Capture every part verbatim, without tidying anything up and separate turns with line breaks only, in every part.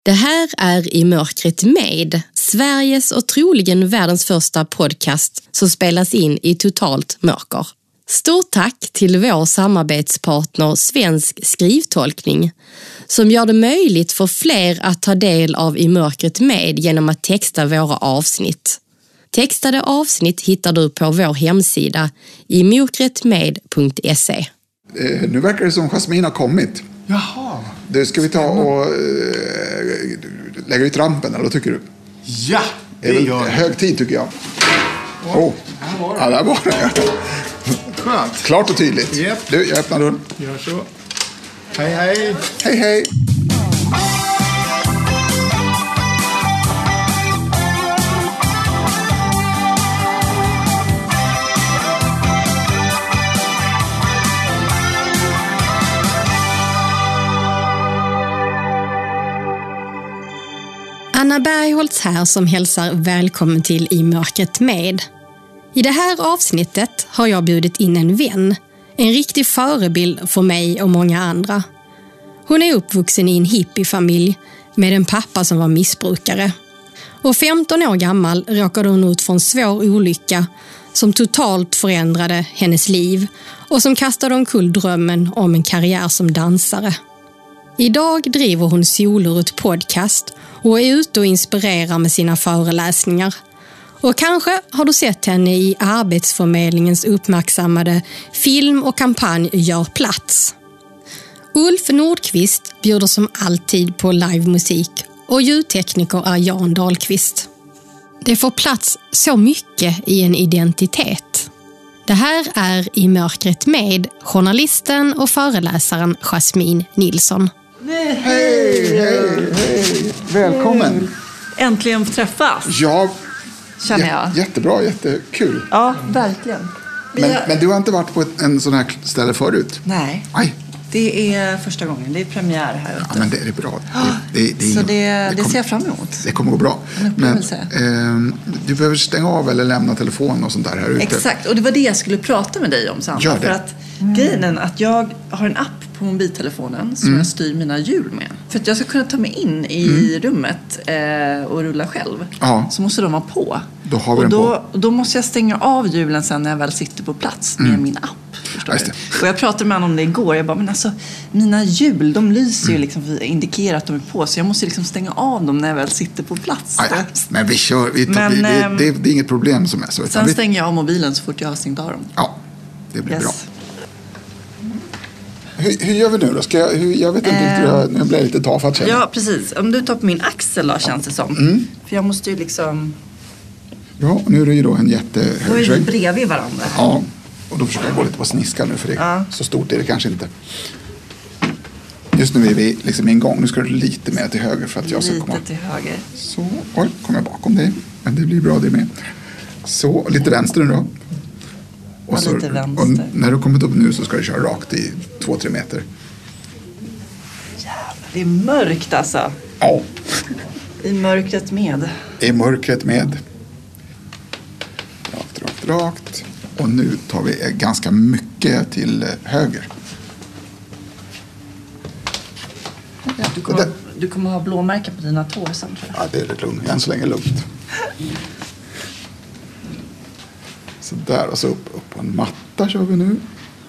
Det här är I mörkret med, Sveriges och troligen världens första podcast som spelas in i totalt mörker. Stort tack till vår samarbetspartner Svensk skrivtolkning som gör det möjligt för fler att ta del av I mörkret med genom att texta våra avsnitt. Textade avsnitt hittar du på vår hemsida i mörkretmed punkt se.
Eh, nu verkar det som Jasmin har kommit.
Jaha.
Du, ska vi ta och eh, lägga ut rampen, eller vad tycker du?
Ja, det, det gör
hög tid tycker jag. Åh, oh. oh. Ja, där var det.
Skönt.
Klart och tydligt.
Yep.
Du, jag öppnar dörren.
Gör så. Hej, hej.
Hej, hej.
Anna Bergholtz här som hälsar välkommen till I mörkret med. I det här avsnittet har jag bjudit in en vän, en riktig förebild för mig och många andra. Hon är uppvuxen i en hippiefamilj med en pappa som var missbrukare. Och femton år gammal råkade hon ut för en svår olycka som totalt förändrade hennes liv och som kastade omkull drömmen om en karriär som dansare. Idag driver hon Solurut podcast och är ute och inspirerar med sina föreläsningar. Och kanske har du sett henne i Arbetsförmedlingens uppmärksammade film och kampanj Gör plats. Ulf Nordqvist bjuder som alltid på livemusik och ljudtekniker är Jan Dahlqvist. Det får plats så mycket i en identitet. Det här är I mörkret med journalisten och föreläsaren Jasmin Nilsson.
Hej, hej, hej. Välkommen.
Äntligen träffas.
Ja,
känner jag.
J- jättebra, jättekul.
Ja, verkligen.
Men, men du har inte varit på ett, en sån här ställe förut?
Nej.
Aj.
Det är första gången. Det är premiär här ute.
Ja, men det är bra. Det, det, det är
Så
inget,
det,
det,
det
kommer,
ser jag fram emot.
Det kommer gå bra. Men eh, du behöver stänga av eller lämna telefonen och sånt där här ute.
Exakt, och det var det jag skulle prata med dig om, Sandra.
Gör det.
För att mm. grejen är att jag har en app på mobiltelefonen som mm. jag styr mina hjul med. För att jag ska kunna ta mig in i mm. rummet eh, och rulla själv. Ja. Så måste de vara på.
Då har vi
och
den
då,
på.
då måste jag stänga av hjulen sen när jag väl sitter på plats med mm. min app.
Ja,
och jag pratade med honom om det igår. Jag bara, men alltså mina hjul, de lyser ju liksom för att indikera att de är på. Så jag måste liksom stänga av dem när jag väl sitter på plats.
Ja, ja. Men vi kör, vi tar,
men,
vi, det, det, det är inget problem som är så.
Sen
vi...
stänger jag av mobilen så fort jag har stängt av dem.
Ja, det blir
yes.
bra. Hur, hur gör vi nu då? Ska jag, hur, jag vet inte riktigt, äh, jag, nu blir jag lite tafatt känner.
Ja, precis. Om du tar på min axel då, känns det som. Mm. För jag måste ju liksom...
Ja, nu är det ju då en jättehög
Då är vi bredvid varandra.
Ja, och då försöker jag gå lite på sniska nu för det.
Ja.
Så stort är det kanske inte. Just nu är vi liksom en gång. Nu ska du lite mer till höger för att jag ska komma.
Lite till höger.
Så, oj, kommer jag bakom dig. Men det blir bra det med. Så, lite vänster nu då. Och,
ja,
så,
lite vänster.
och när du kommit upp nu så ska du köra rakt i två, tre meter.
Jävlar, det är mörkt alltså.
Ja.
I mörkret med.
I mörkret med. Rakt, rakt, rakt. Och nu tar vi ganska mycket till höger.
Du kommer, du kommer ha blåmärken på dina tår sen, tror jag.
Ja, det är lite lugnt. Än så länge lugnt. Så där, och så upp, upp på en matta kör vi nu.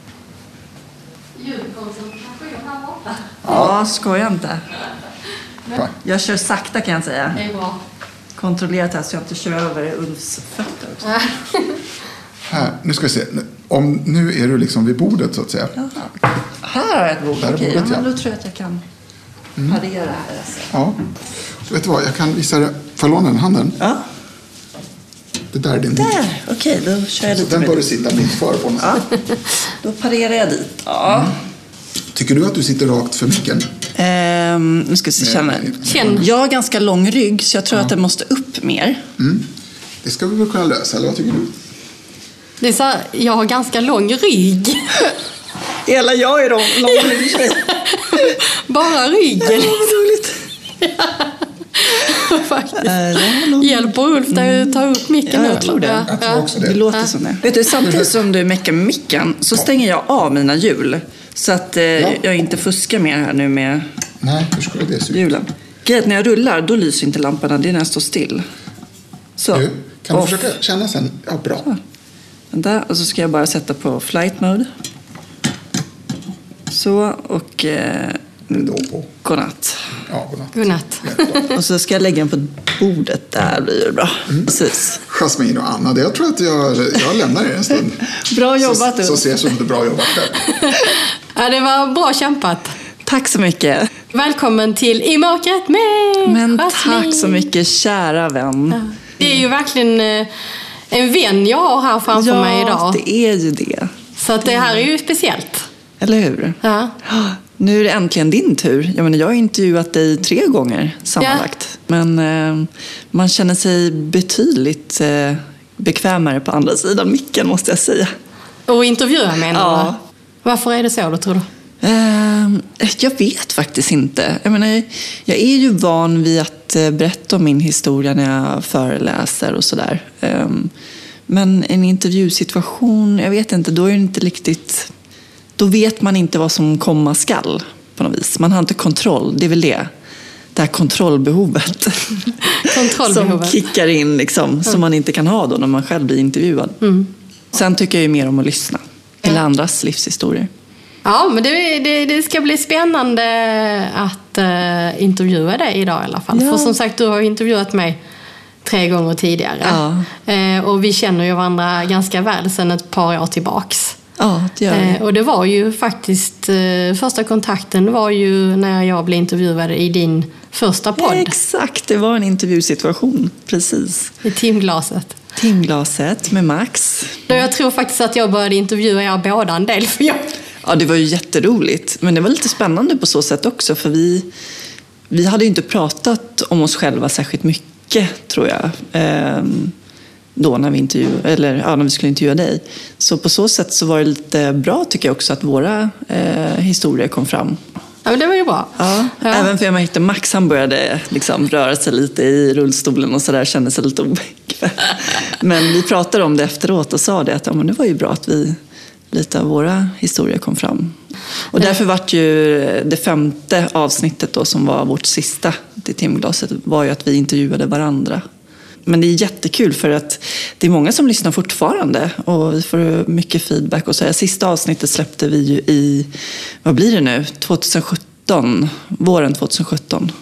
Ljudkoncentration här borta.
Ja, skoja inte.
Va?
Jag kör sakta kan jag säga.
Det är bra.
Kontrollerat här så jag inte kör över Ulfs fötter också.
Här, nu ska vi se. Om, nu är du liksom vid bordet så att säga.
Jaha. Här har jag ett bord.
Där är
Okej,
bordet,
ja, men
ja.
då tror jag att jag kan parera här. Alltså.
Ja. Så vet du vad, jag kan visa dig. Får jag låna den handen?
Ja.
Det där är din bord.
Där, okej, då kör jag
Så
lite
den
med
bör du
det.
sitta mitt för på.
Ja. Då parerar jag dit. Ja.
Mm. Tycker du att du sitter rakt för micken?
Ehm, nu ska vi se, känna.
Känn.
Jag har ganska lång rygg så jag tror ja. att den måste upp mer.
Mm. Det ska vi väl kunna lösa, eller vad tycker du?
Det är så här, jag har ganska lång rygg.
Hela jag är lång, lång rygg.
Bara ryggen.
Det var roligt.
Faktiskt. Hjälper Ulf där att ta upp micken?
Ja, jag tror det.
Jag tror också det.
Det låter som det. Vet du, samtidigt som du meckar med micken så stänger jag av mina hjul. Så att eh,
Ja.
jag inte fuskar mer här nu med
Nej, hur skulle det se ut?
hjulen. Grejen, när jag rullar, då lyser inte lamporna. Det är när jag står still. Så.
Du, kan du
Off.
försöka känna sen? Ja, bra.
Så. Vänta, och så ska jag bara sätta på flight mode. Så, och eh,
Då på.
godnatt.
Ja, godnatt.
Godnatt.
Och så ska jag lägga den på bordet. Där blir det bra. Mm. Precis.
Jasmin och Anna, det jag tror att jag, jag lämnar er en stund.
Bra jobbat,
Så, så ses vi inte bra jobbat själv.
Ja, det var bra kämpat.
Tack så mycket.
Välkommen till I mörkret med
Men
Jasmin.
tack så mycket, kära vän.
Ja. Det är ju verkligen eh, en vän jag har här framför
ja,
mig idag.
Ja, det är ju det.
Så att det här är ju speciellt.
Eller hur?
Ja.
Nu är det äntligen din tur. Jag menar, jag har intervjuat dig tre gånger sammanlagt. Ja. Men eh, man känner sig betydligt eh, bekvämare på andra sidan micken, måste jag säga.
Och intervjua menar
ja.
du? Varför är det så då, tror du?
Eh, jag vet faktiskt inte. Jag menar, jag är ju van vid att eh, berätta om min historia när jag föreläser och sådär. Eh, men en intervjusituation, jag vet inte, då är det inte riktigt... Då vet man inte vad som komma skall på något vis. Man har inte kontroll, det är väl det. Det här kontrollbehovet.
Kontrollbehovet.
Som kickar in liksom, mm. som man inte kan ha då när man själv blir intervjuad. Mm. Sen tycker jag ju mer om att lyssna till ja. andras livshistorier.
Ja, men det, det, det ska bli spännande att uh, intervjua dig idag i alla fall. Ja. För som sagt, du har intervjuat mig tre gånger tidigare. Ja. Uh, och vi känner ju varandra ganska väl sedan ett par år tillbaks.
Ja, det gör det.
Och det var ju faktiskt, första kontakten var ju när jag blev intervjuad i din första podd.
Ja, exakt, det var en intervjusituation, precis.
I Timglaset.
Timglaset med Max.
Då jag tror faktiskt att jag började intervjua er båda en del. För jag...
Ja, det var ju jätteroligt. Men det var lite spännande på så sätt också. För vi, vi hade ju inte pratat om oss själva särskilt mycket, tror jag. Ehm... då när vi, intervju, eller, ja, när vi skulle intervjua dig. Så på så sätt så var det lite bra, tycker jag också, att våra eh, historier kom fram.
Ja, men det var ju bra.
Ja, ja. Även för jag märkte Max, han började liksom röra sig lite i rullstolen och sådär, kände sig lite obekväm. Men vi pratade om det efteråt och sa det att ja, men det var ju bra att vi, lite av våra historier kom fram. Och därför var ju det femte avsnittet då, som var vårt sista till Timglaset, var ju att vi intervjuade varandra. Men det är jättekul för att det är många som lyssnar fortfarande och vi får mycket feedback. Och så här, sista avsnittet släppte vi ju i, vad blir det nu? tjugohundrasjutton, våren tjugohundrasjutton.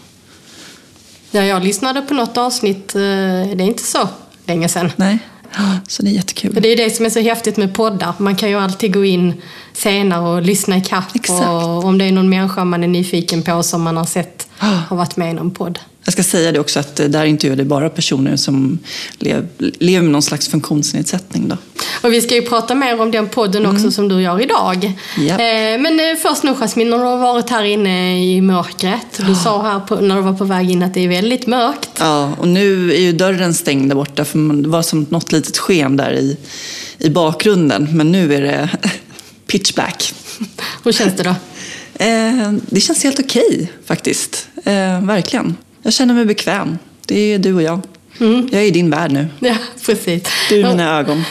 Ja, jag lyssnade på något avsnitt, det är inte så länge sedan.
Nej, så det är jättekul.
För det är det som är så häftigt med poddar. Man kan ju alltid gå in senare och lyssna i kapp.
Exakt.
Och om det är någon människa man är nyfiken på som man har sett har varit med i någon podd.
Jag ska säga det också att där intervjuar det bara personer som lev, lever med någon slags funktionsnedsättning då.
Och vi ska ju prata mer om den podden också mm. som du gör idag.
Yep.
Eh, men först nu, Jasmin, när du har varit här inne i mörkret. Du oh. sa här på, när du var på väg in att det är väldigt mörkt.
Ja, och nu är ju dörren stängd där borta för det var som något litet sken där i, i bakgrunden. Men nu är det pitch black.
Hur känns det då?
Eh, det känns helt okej faktiskt. Eh, verkligen. Jag känner mig bekväm. Det är du och jag. Mm. Jag är i din värld nu.
Ja, precis.
Du är mina ögon.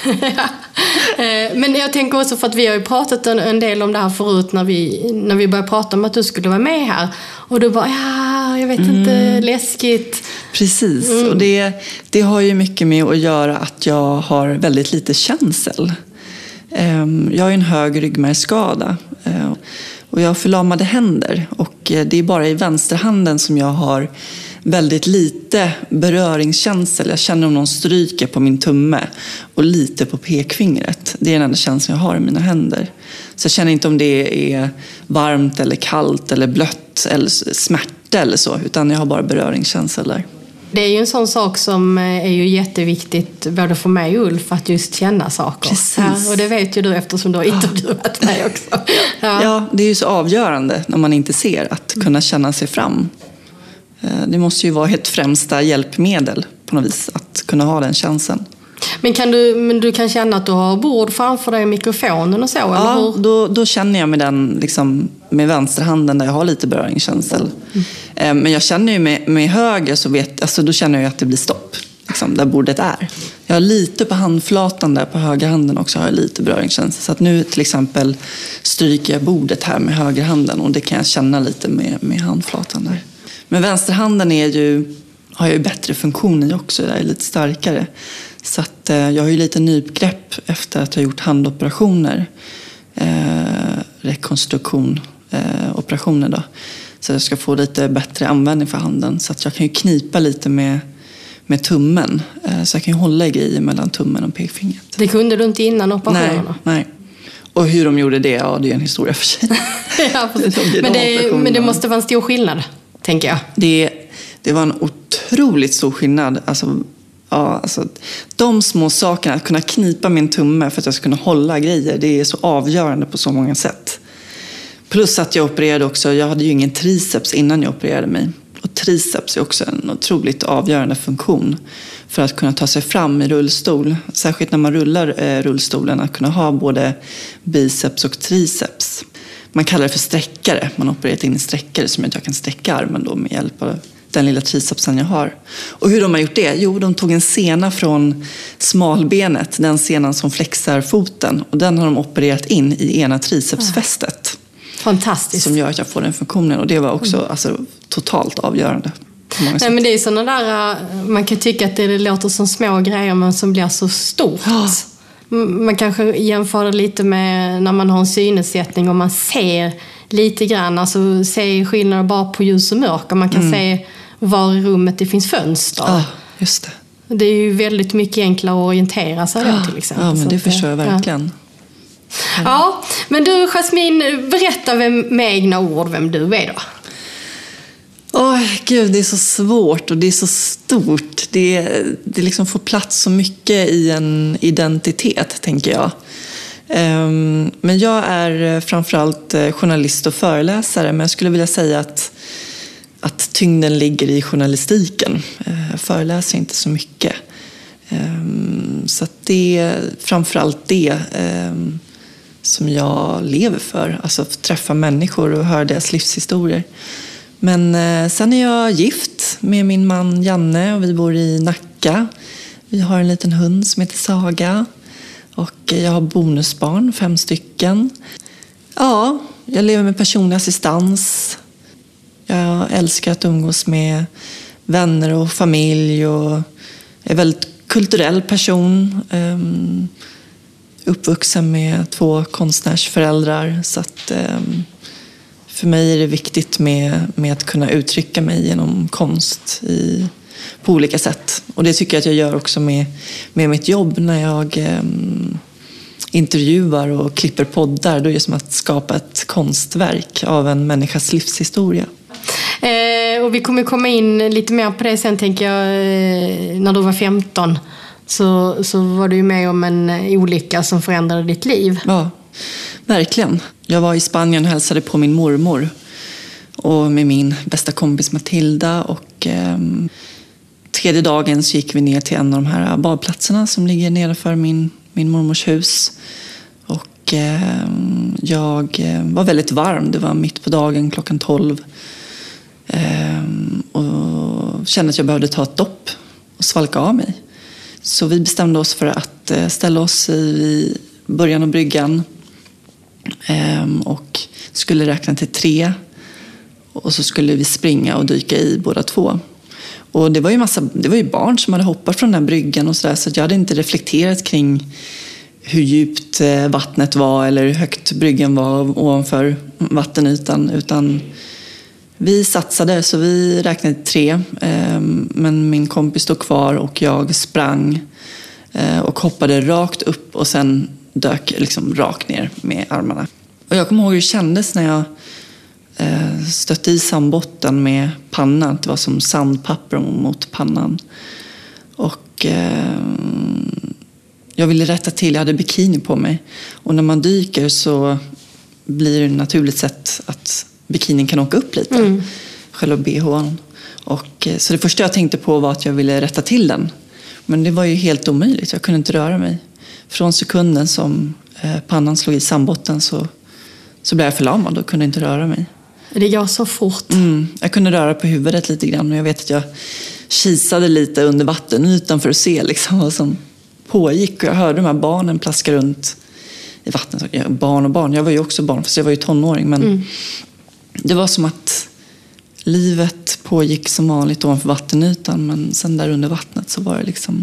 Men jag tänker också för att vi har ju pratat en del om det här förut när vi, när vi började prata om att du skulle vara med här. Och du bara, ja, jag vet inte, mm. läskigt.
Precis, mm. och det, det har ju mycket med att göra att jag har väldigt lite känsel. Jag har ju en hög ryggmärgsskada. Och jag har förlamade händer och det är bara i vänsterhanden som jag har väldigt lite beröringskänsel. Jag känner om någon stryker på min tumme och lite på pekfingret. Det är den enda känslan jag har i mina händer. Så jag känner inte om det är varmt eller kallt eller blött eller smärta eller så, utan jag har bara beröringskänsel där.
Det är ju en sån sak som är ju jätteviktigt både för mig och Ulf att just känna saker.
Precis.
Ja, och det vet ju du eftersom du har intervjuat mig också.
Ja. Ja, det är ju så avgörande när man inte ser att kunna känna sig fram. Det måste ju vara ett främsta hjälpmedel på något vis att kunna ha den känslan.
Men, kan du, men du kan känna att du har bord framför dig, mikrofonen och så?
Ja,
eller hur?
Då, då känner jag med den liksom, med vänsterhanden där jag har lite beröringskänsel. Mm. Men jag känner ju med, med höger så vet, alltså, då känner jag att det blir stopp. Liksom, där bordet är. Jag har lite på handflatan där på högerhanden också har jag lite beröringskänsel. Så att nu till exempel stryker jag bordet här med högerhanden och det kan jag känna lite med, med handflatan där. Men vänsterhanden är ju, har jag ju bättre funktion i också. Det är lite starkare. Så att, eh, jag har ju lite nypgrepp efter att ha gjort handoperationer. Eh, rekonstruktion, eh, operationer då. Så jag ska få lite bättre användning för handen. Så att jag kan ju knipa lite med, med tummen. Eh, så jag kan ju hålla i grejer mellan tummen och pekfingret.
Det kunde du inte innan operationerna?
Nej, nej. Och hur de gjorde det, ja, det är en historia för sig.
Ja, de men, det, men det måste vara en stor skillnad, tänker jag.
Det, det var en otroligt stor skillnad. Alltså, ja, alltså, de små sakerna, att kunna knipa min tumme för att jag ska kunna hålla grejer, det är så avgörande på så många sätt. Plus att jag opererade också, jag hade ju ingen triceps innan jag opererade mig. Och triceps är också en otroligt avgörande funktion för att kunna ta sig fram i rullstol. Särskilt när man rullar eh, rullstolen, att kunna ha både biceps och triceps. Man kallar det för sträckare. Man har opererat in en sträckare som att jag kan sträcka armen då med hjälp av den lilla tricepsen jag har. Och hur de har gjort det? Jo, de tog en sena från smalbenet, den senan som flexar foten. Och den har de opererat in i ena tricepsfästet.
Fantastiskt.
Som gör att jag får den funktionen. Och det var också mm. alltså, totalt avgörande.
Nej, men det är sådana där, man kan tycka att det låter som små grejer men som blir så stort. Oh. Man kanske jämför det lite med när man har en synnedsättning och man ser lite grann, alltså ser skillnader bara på ljus och mörker. Man kan mm. se var i rummet det finns fönster.
Ja, just det.
Det är ju väldigt mycket enklare att orientera sig då till exempel.
Ja, men det
att,
förstår jag verkligen.
Ja. ja, men du Jasmin, berätta vem, med egna ord vem du är då.
Åh, oh, gud, det är så svårt och det är så stort. Det, det liksom får plats så mycket i en identitet, tänker jag. Um, men jag är framförallt journalist och föreläsare, men jag skulle vilja säga att, att tyngden ligger i journalistiken. Uh, jag föreläser inte så mycket. Um, så att det är framförallt det um, som jag lever för. Alltså att träffa människor och höra deras livshistorier. Men eh, sen är jag gift med min man Janne och vi bor i Nacka. Vi har en liten hund som heter Saga. Och jag har bonusbarn, fem stycken. Ja, jag lever med personlig assistans. Jag älskar att umgås med vänner och familj. Och är en väldigt kulturell person. Um, uppvuxen med två konstnärsföräldrar. Så att... Um, För mig är det viktigt med, med att kunna uttrycka mig genom konst i, på olika sätt. Och det tycker jag att jag gör också med, med mitt jobb när jag eh, intervjuar och klipper poddar. Då är det som att skapa ett konstverk av en människas livshistoria.
Eh, och vi kommer komma in lite mer på det sen, tänker jag. Eh, när du var femton så, så var du med om en olycka som förändrade ditt liv.
Ja, verkligen. Jag var i Spanien och hälsade på min mormor och med min bästa kompis Matilda. Och eh, tredje dagen så gick vi ner till en av de här badplatserna som ligger nedanför min, min mormors hus. Och eh, jag var väldigt varm. Det var mitt på dagen, klockan tolv. Eh, och kände att jag behövde ta ett dopp och svalka av mig. Så vi bestämde oss för att eh, ställa oss i början av bryggan. Um, och skulle räkna till tre och så skulle vi springa och dyka i båda två. Och det var ju massa, det var ju barn som hade hoppat från den här bryggan och sådär, så jag hade inte reflekterat kring hur djupt vattnet var eller hur högt bryggan var ovanför vattenytan, utan vi satsade, så vi räknade till tre. Um, men min kompis stod kvar och jag sprang uh, och hoppade rakt upp och sen dök liksom rakt ner med armarna. Och jag kommer ihåg hur det kändes när jag eh, stötte i sandbotten med pannan. Det var som sandpapper mot pannan. Och eh, jag ville rätta till, jag hade bikini på mig. Och när man dyker så blir det naturligt sett att bikinin kan åka upp lite. Mm. Själva B H:n. Och, så det första jag tänkte på var att jag ville rätta till den. Men det var ju helt omöjligt, jag kunde inte röra mig. Från sekunden som eh, pannan slog i sandbotten så, så blev jag förlamad och kunde inte röra mig.
Det går så fort.
Mm, jag kunde röra på huvudet lite grann och jag vet att jag kisade lite under vattenytan för att se liksom vad som pågick. Och jag hörde de här barnen plaska runt i vattnet. Ja, barn och barn, jag var ju också barn fast jag var ju tonåring. Men mm. det var som att livet pågick som vanligt ovanför vattenytan, men sen där under vattnet så var det liksom,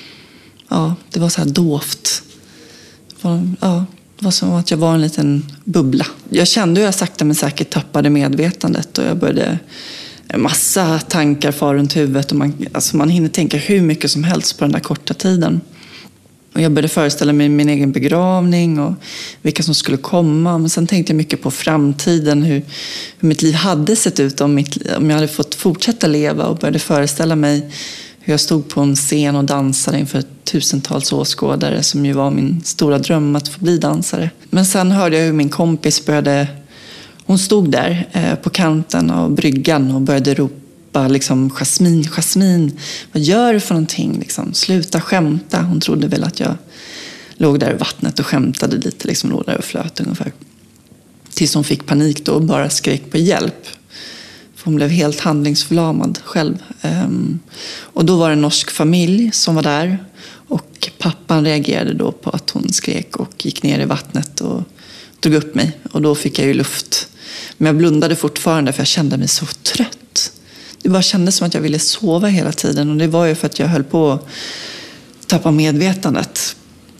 ja, det var så här dovt. Det var, ja, det var som att jag var en liten bubbla. Jag kände hur jag sakta men säkert tappade medvetandet och jag började, en massa tankar far runt huvudet och man, alltså man hinner tänka hur mycket som helst på den där korta tiden. Och jag började föreställa mig min egen begravning och vilka som skulle komma. Men sen tänkte jag mycket på framtiden, hur, hur mitt liv hade sett ut om, mitt, om jag hade fått fortsätta leva, och började föreställa mig hur jag stod på en scen och dansade inför tusentals åskådare, som ju var min stora dröm att få bli dansare. Men sen hörde jag hur min kompis började, hon stod där eh, på kanten av bryggan och började ropa liksom, Jasmin, Jasmin, vad gör du för någonting? Liksom, sluta skämta. Hon trodde väl att jag låg där i vattnet och skämtade lite, liksom låg där och flöt ungefär. Tills hon fick panik då och bara skrek på hjälp. För hon blev helt handlingsförlamad själv. Um, och då var det en norsk familj som var där. Och pappan reagerade då på att hon skrek och gick ner i vattnet och drog upp mig. Och då fick jag ju luft. Men jag blundade fortfarande för jag kände mig så trött. Det bara kändes som att jag ville sova hela tiden. Och det var ju för att jag höll på att tappa medvetandet.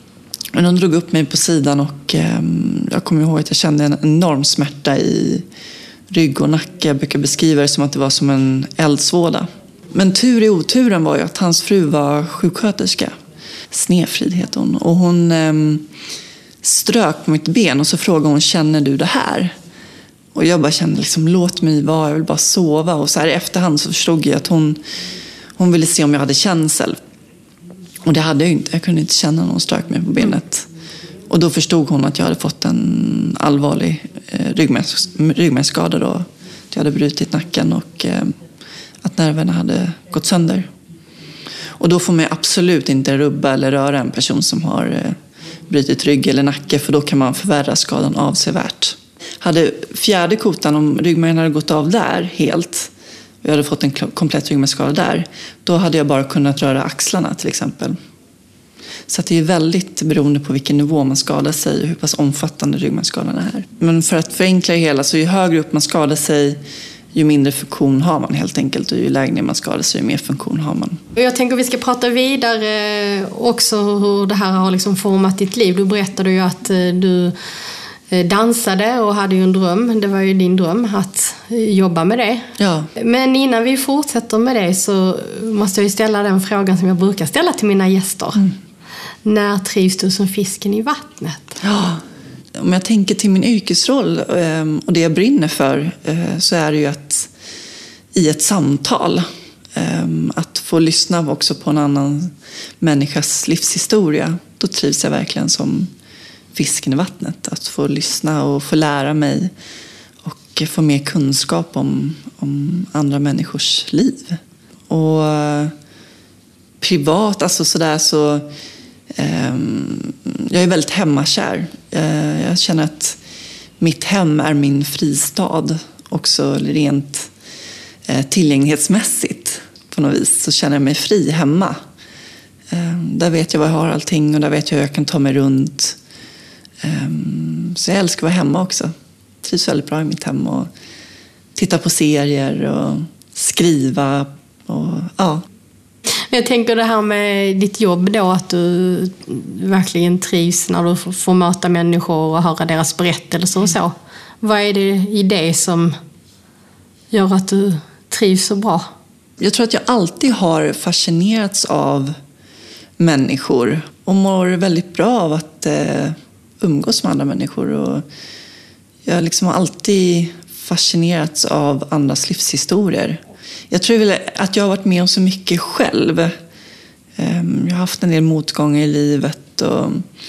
Men de drog upp mig på sidan och eh, jag kommer ihåg att jag kände en enorm smärta i rygg och nacke. Jag brukar beskriva det som att det var som en eldsvåda. Men tur i oturen var ju att hans fru var sjuksköterska. Snefrid heter hon. Och hon eh, strök på mitt ben och så frågade hon, känner du det här? Och jag bara kände liksom, låt mig vara, jag vill bara sova. Och så här i efterhand så förstod jag att hon, hon ville se om jag hade känsel. Och det hade jag inte, jag kunde inte känna någon strök mig på benet. Och då förstod hon att jag hade fått en allvarlig eh, ryggmärgs, ryggmärgsskada då. Att jag hade brutit nacken och eh, att nerverna hade gått sönder. Och då får man absolut inte rubba eller röra en person som har eh, brutit rygg eller nacke, för då kan man förvärra skadan avsevärt. Hade fjärde kotan, om ryggmärgen hade gått av där helt, och jag hade fått en komplett ryggmärgsskada där, då hade jag bara kunnat röra axlarna till exempel. Så att det är väldigt beroende på vilken nivå man skadar sig och hur pass omfattande ryggmärgsskadan är. Men för att förenkla det hela, så ju högre upp man skadar sig, ju mindre funktion har man helt enkelt, och ju lägre man skadar sig, ju mer funktion har man.
Jag tänker att vi ska prata vidare också hur det här har liksom format ditt liv. Du berättade ju att du dansade och hade ju en dröm. Det var ju din dröm att jobba med det.
Ja.
Men innan vi fortsätter med det så måste jag ju ställa den frågan som jag brukar ställa till mina gäster. Mm. När trivs du som fisken i vattnet?
Ja, om jag tänker till min yrkesroll och det jag brinner för, så är det ju att i ett samtal att få lyssna också på en annan människas livshistoria. Då trivs jag verkligen som fisken i vattnet. Att få lyssna och få lära mig och få mer kunskap om, om andra människors liv. Och privat, alltså sådär så eh, jag är väldigt hemmakär. Eh, jag känner att mitt hem är min fristad. Också rent eh, tillgänglighetsmässigt på något vis så känner jag mig fri hemma. Eh, där vet jag var jag har allting och där vet jag hur jag kan ta mig runt. Så jag älskar att vara hemma också. Jag trivs väldigt bra i mitt hem och titta på serier och skriva. Och, ja.
Jag tänker det här med ditt jobb då, att du verkligen trivs när du får möta människor och höra deras berättelser och så. Vad är det i det som gör att du trivs så bra?
Jag tror att jag alltid har fascinerats av människor och mår väldigt bra av att eh, umgås med andra människor. Och jag liksom har alltid fascinerats av andras livshistorier. Jag tror väl att jag har varit med om så mycket själv. Jag har haft en del motgångar i livet och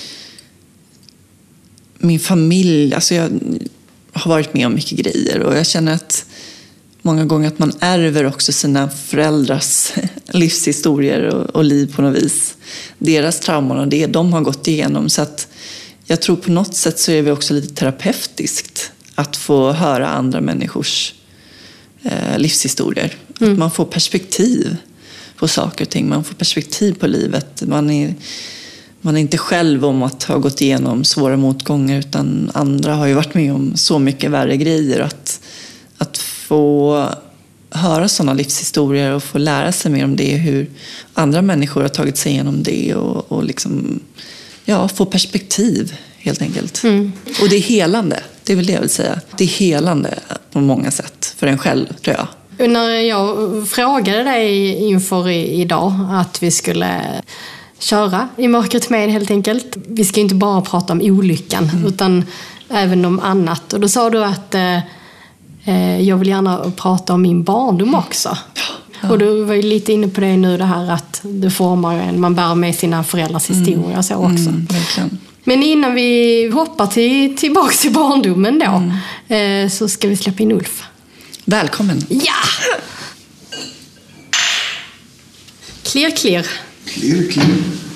min familj, alltså jag har varit med om mycket grejer och jag känner att många gånger att man ärver också sina föräldrars livshistorier och, och liv på något vis. Deras trauman och det de har gått igenom, så att jag tror på något sätt så är det också lite terapeutiskt att få höra andra människors eh, livshistorier. Mm. Att man får perspektiv på saker och ting. Man får perspektiv på livet. Man är, man är inte själv om att ha gått igenom svåra motgångar, utan andra har ju varit med om så mycket värre grejer. Att, att få höra sådana livshistorier och få lära sig mer om det, hur andra människor har tagit sig igenom det och, och liksom, ja, få perspektiv helt enkelt. Mm. Och det är helande, det är väl det jag vill säga. Det är helande på många sätt för en själv, tror jag.
När jag frågade dig inför idag att vi skulle köra i mörkret med helt enkelt. Vi ska inte bara prata om olyckan mm. utan även om annat. Och då sa du att eh, jag vill gärna prata om min barndom också. Ja. Och du var ju lite inne på det nu, det här att det formar en, man bär med sina föräldrars historia mm. så också. Mm, verkligen. Men innan vi hoppar till, tillbaka till barndomen då mm. eh, så ska vi släppa in Ulf.
Välkommen.
Ja! Clear, clear.
Clear, clear.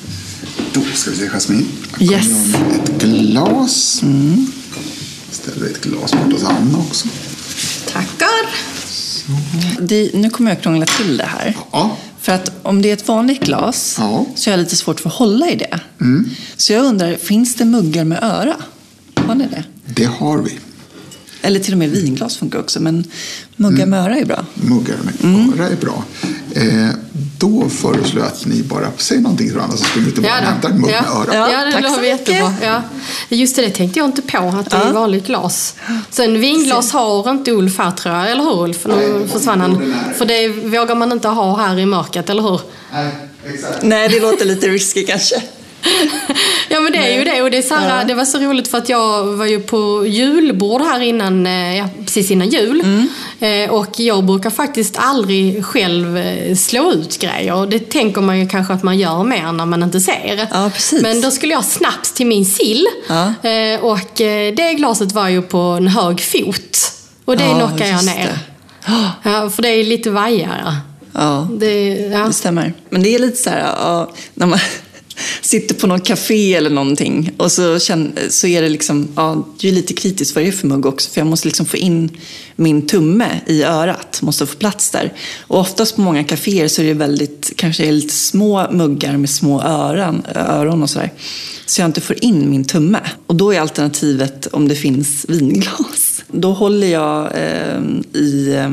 Då ska vi se, Jasmin.
Yes.
Ett glas. Mm. Ställer ett glas bort hos Anna också.
Tackar.
Det, nu kommer jag krångla till det här.
Ja.
För att om det är ett vanligt glas ja. så är jag lite svårt för att hålla i det. Mm. Så jag undrar, finns det muggar med öra? Har ni det?
Det har vi.
Eller till och med vinglas funkar också, men muggar mm. med öra är bra.
Muggar med mm. öra är bra. Eh, då föreslår jag att ni bara säger någonting till varandra så skulle ni inte bara
ja,
hämta en mugg
ja.
med öra.
Ja, ja det tack så jättebra. Ja. Just det, det tänkte jag inte på, att det är ja. vanligt glas. Sen vinglas har inte Ulf här, tror jag. Eller hur, Ulf? Nu försvann han. För det vågar man inte ha här i mörkret, eller hur?
Nej, exakt.
Nej, det låter lite risky kanske.
Ja, men det är ju det. Och det, är så här, ja. det var så roligt för att jag var ju på julbord här innan, ja, precis innan jul. Mm. Och jag brukar faktiskt aldrig själv slå ut grejer. Det tänker man ju kanske att man gör mer när man inte ser.
Ja, precis.
Men då skulle jag snaps till min sill. Ja. Och det glaset var ju på en hög fot. Och det ja, knockade jag ner. Det. Ja, för det är lite vajare.
Ja, det, ja. det stämmer. Men det är lite så här, ja, när man sitter på någon café eller någonting och så, känner, så är det liksom, ja, det är lite kritiskt vad det är för mugg också, för jag måste liksom få in min tumme i örat, måste få plats där. Och oftast på många kaféer så är det väldigt, kanske är lite små muggar med små öron, öron och sådär, så jag inte får in min tumme. Och då är alternativet om det finns vinglas. Då håller jag eh, i... Eh,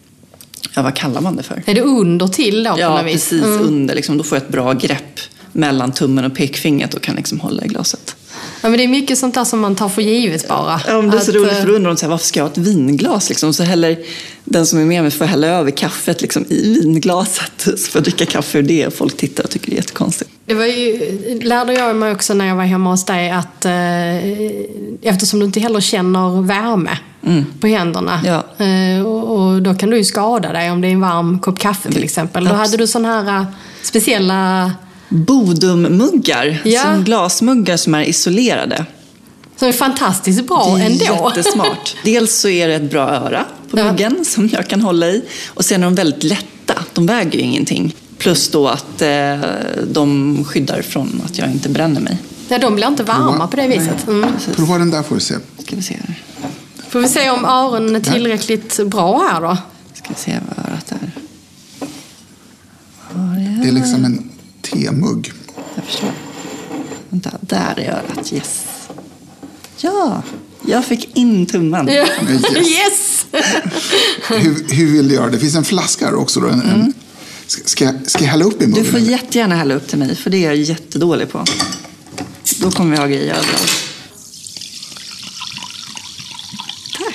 ja, vad kallar man det för?
Är det under till då på
ja,
något vis?
precis mm. under. Liksom, då får jag ett bra grepp mellan tummen och pekfingret och kan liksom hålla i glaset.
Ja, men det är mycket sånt där som man tar för givet bara.
Ja, men det är så att, roligt, för då undrar de så här, varför ska jag ha ett vinglas? Liksom? Så häller den som är med mig får hälla över kaffet liksom, i vinglaset. Så får jag dricka kaffe ur det och folk tittar och tycker det är jättekonstigt.
Det var ju, lärde jag mig också när jag var hemma hos dig att eh, eftersom du inte heller känner värme mm. på händerna ja. eh, och, och då kan du ju skada dig om det är en varm kopp kaffe till exempel. Då hade du såna här uh, speciella...
Bodummuggar, ja. som glasmuggar som är isolerade.
Som är fantastiskt bra
det är
ändå.
Jättesmart. Dels så är det ett bra öra på ja. muggen som jag kan hålla i. Och sen är de väldigt lätta, de väger ju ingenting. Plus då att eh, de skyddar från att jag inte bränner mig.
Ja, de blir inte varma Prova. på det viset. Mm.
Prova den där får vi se.
Ska vi se här.
Får vi se om öronen är tillräckligt ja. bra här då.
Ska vi se vad örat är.
Det är liksom en temugg.
Jag förstår. Vänta, där är örat. Yes. Ja, jag fick in tummen.
Ja.
Yes!
yes.
hur, hur vill du göra? Det finns en flaska här också. Då. En, mm. en, ska, jag, ska jag hälla upp i muggen?
Du får jättegärna hälla upp till mig, för det är jag jättedålig på. Då kommer jag ha grejer överallt. Tack.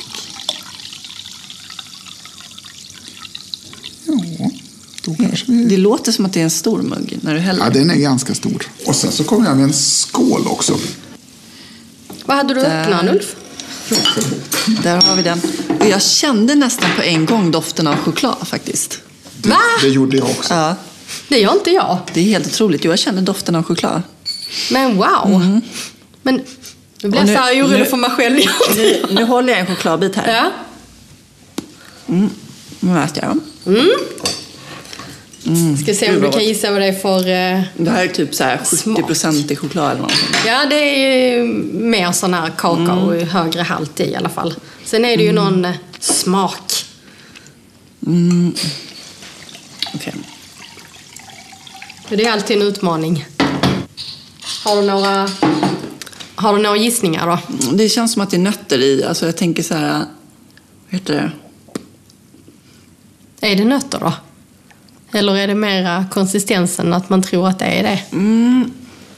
Ja. Vi...
Det låter som att det är en stor mugg när du häller.
Ja, den är ganska stor. Och sen så kommer jag med en skål också.
Vad hade du
Där...
öppnat, Ulf?
Där har vi den. Och jag kände nästan på en gång doften av choklad faktiskt.
Det,
Va?
det gjorde jag också.
Ja.
Det gör inte jag.
Det är helt otroligt. Jag kände doften av choklad.
Men wow. Mm. Men nu blir jag så här orolig för mig själv.
Nu, nu håller jag en chokladbit här.
Ja.
Mm. Nu äter jag.
Mm. Mm. Ska se om du kan gissa vad det är för... Uh,
det här är typ så här sjuttio procent i choklad eller någonting.
Ja, det är ju mer sån här kakao mm. högre halt i alla fall. Sen är det ju mm. någon uh, smak.
Mm. Okej.
Okay. Det är alltid en utmaning. Har du några... Har du några gissningar då?
Det känns som att det är nötter i. Alltså jag tänker så här... Vad heter det?
Är det nötter då? Eller är det mera konsistensen att man tror att det är det?
Mm.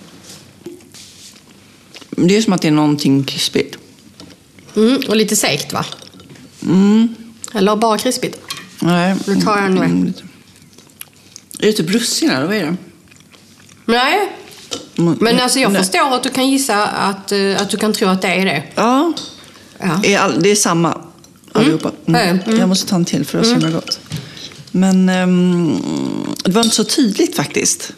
Det är som att det är någonting krispigt.
Mm, och lite segt, va?
Mm.
Eller bara krispigt?
Nej.
Då tar jag en med.
Är det typ russin eller vad är det?
Nej.
Mm.
Men alltså jag
Nej.
förstår att du kan gissa att, uh, att du kan tro att det är det.
Ja.
Ja.
Är all, det är samma allihopa. Mm.
Mm.
Jag måste ta en till för att det är så himla gott. Men um, det var inte så tydligt faktiskt.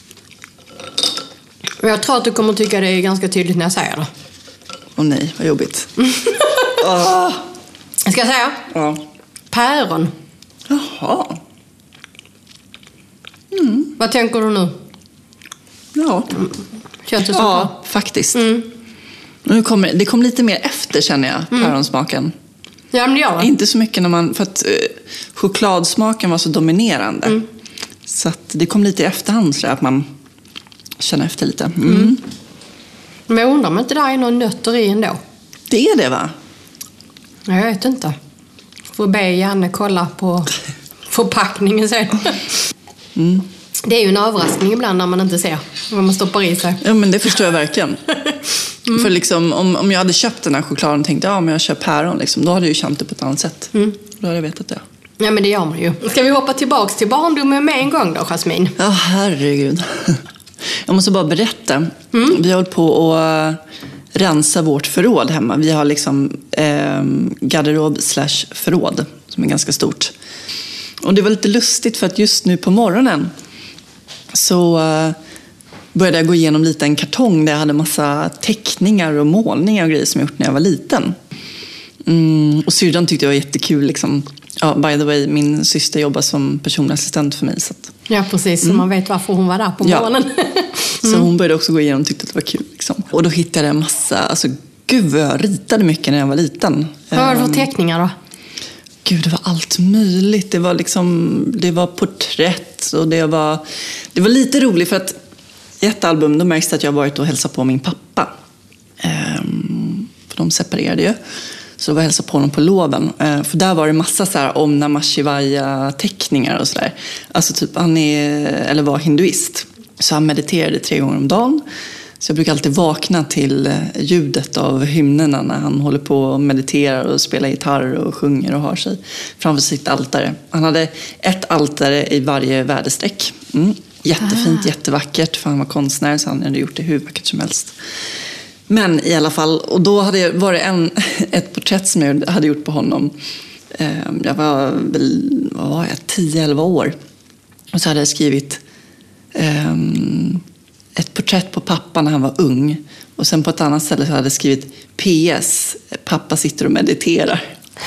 Jag tror att du kommer tycka det är ganska tydligt när jag säger det.
Åh nej, vad jobbigt. oh.
Ska jag säga?
Ja.
Päron.
Jaha.
Mm. Vad tänker du nu?
Ja.
Kött och
Ja, faktiskt.
Mm.
Nu kommer, det kom lite mer efter, känner jag,
Mm.
päronsmaken.
Ja, men det gör det.
Inte så mycket när man... För att eh, chokladsmaken var så dominerande.
Mm.
Så att det kom lite i efterhand så att man känner efter lite. Mm.
Mm. Men jag undrar om inte det är någon nötter i ändå.
Det är det, va?
Jag vet inte. Får be Janne kolla på förpackningen sen.
Mm.
Det är ju en överraskning ibland när man inte ser vad man stoppar i sig.
Ja, men det förstår jag verkligen. Mm. För liksom, om, om jag hade köpt den här chokladen och tänkte, ja, men jag kör päron, liksom, då hade jag ju känt det på ett annat sätt. Mm. Då hade jag vetat det.
Ja, men det gör man ju. Ska vi hoppa tillbaks till barndomen med en gång då, Jasmin?
Ja, herregud. Jag måste bara berätta. Mm. Vi har hållit på att rensa vårt förråd hemma. Vi har liksom eh, garderob slash förråd som är ganska stort. Och det var lite lustigt för att just nu på morgonen så eh, började jag gå igenom lite en kartong där jag hade massa teckningar och målningar och grejer som jag gjort när jag var liten. Mm, och syrran tyckte det var jättekul liksom. Ja, by the way, min syster jobbar som personlig assistent för mig. Så att,
ja, precis. Så
mm.
man vet varför hon var där på morgonen.
Ja. Så hon började också gå igenom och tyckte att det var kul. Liksom. Och då hittade jag en massa... Alltså, gud vad jag ritade mycket när jag var liten.
Vad var det för teckningar då?
Gud, det var allt möjligt. Det var, liksom, det var porträtt och det var... Det var lite roligt för att i ett album då märks det att jag har varit och hälsat på min pappa. Ehm, för de separerade ju. Så det var hälsa på honom på loven. Eh, för där var det massa så här om Namah Shivaya-teckningar och sådär. Alltså typ han är, eller var hinduist. Så han mediterade tre gånger om dagen. Så jag brukar alltid vakna till ljudet av hymnerna när han håller på och mediterar och spelar gitarr och sjunger och har sig framför sitt altare. Han hade ett altare i varje väderstreck. Mm. Jättefint, ah. jättevackert, för han var konstnär så han hade gjort det hur vackert som helst. Men i alla fall, och då hade jag varit en, ett porträtt som jag hade gjort på honom. Jag var väl, vad var jag, tio elva år. Och så hade jag skrivit um, ett porträtt på pappa när han var ung. Och sen på ett annat ställe så hade jag skrivit P S, pappa sitter och mediterar.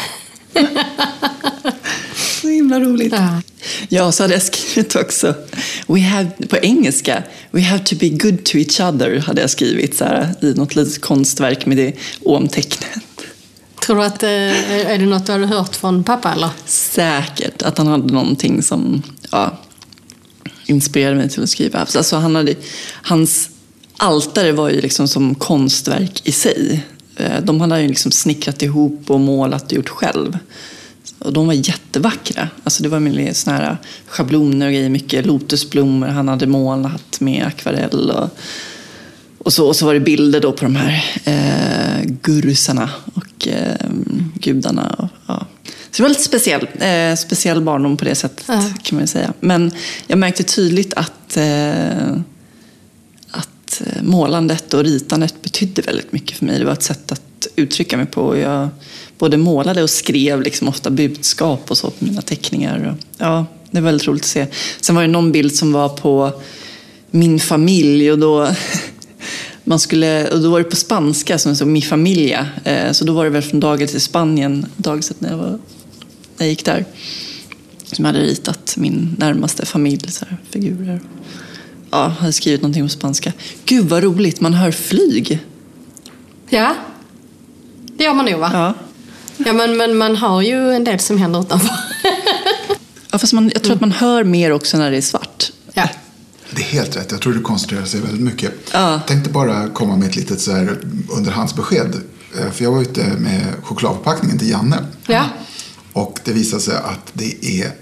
Så himla roligt. Ja. Ja, så hade jag skrivit också. We have, på engelska, we have to be good to each other, hade jag skrivit så här, i något litet konstverk med det omtecknet.
Tror du att, är det något du hade hört från pappa eller?
Säkert, att han hade någonting som ja, inspirerade mig till att skriva. Alltså, han hade, hans altare var ju liksom som konstverk i sig. De hade ju liksom snickrat ihop och målat och gjort själv. Och de var jättevackra. Alltså det var med såna här schabloner och grejer, mycket lotusblommor. Han hade målat med akvarell och, och, så, och så var det bilder då på de här eh, gurusarna och eh, gudarna. Och, ja. Så det var lite speciell, eh, speciell barndom på det sättet, ja. Kan man ju säga. Men jag märkte tydligt att, eh, att målandet och ritandet betydde väldigt mycket för mig. Det var ett sätt att uttrycka mig på. Jag både målade och skrev liksom ofta budskap och så på mina teckningar. Ja, det var väldigt roligt att se. Sen var det någon bild som var på min familj och då man skulle, och då var det på spanska som så mi familia. Så då var det väl från dagen till Spanien, dagset när jag var när jag gick där. Som jag hade ritat min närmaste familj, så här, figurer. Ja, jag hade skrivit någonting på spanska. Gud vad roligt, man hör flyg.
Ja, det gör man nog, va?
Ja.
Ja, men, men man har ju en del som händer utanför.
Ja, fast man, jag tror mm. att man hör mer också när det är svart.
Ja.
Det är helt rätt. Jag tror du koncentrerar sig väldigt mycket.
Ja.
Jag tänkte bara komma med ett litet så här underhandsbesked. För jag var ute med chokladförpackningen till Janne.
Ja.
Och det visade sig att det är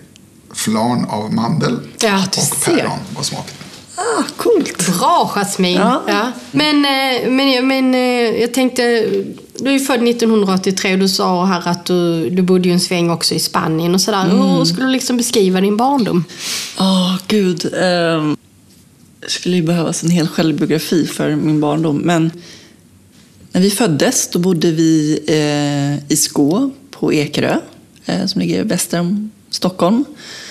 flarn av mandel
Ja,
och
ser.
päron var smaken.
Ah, coolt.
Bra, Jasmin.
Ja.
Ja. Men, eh, men, men eh, jag tänkte, du är ju född nittonhundraåttiotre och du sa här att du, du bodde ju en sväng också i Spanien och sådär. Mm. Hur skulle du liksom beskriva din barndom?
Ja, oh, gud. Um, jag skulle ju behövas en hel självbiografi för min barndom. Men när vi föddes då bodde vi eh, i Skå på Ekerö, eh, som ligger väster om Stockholm.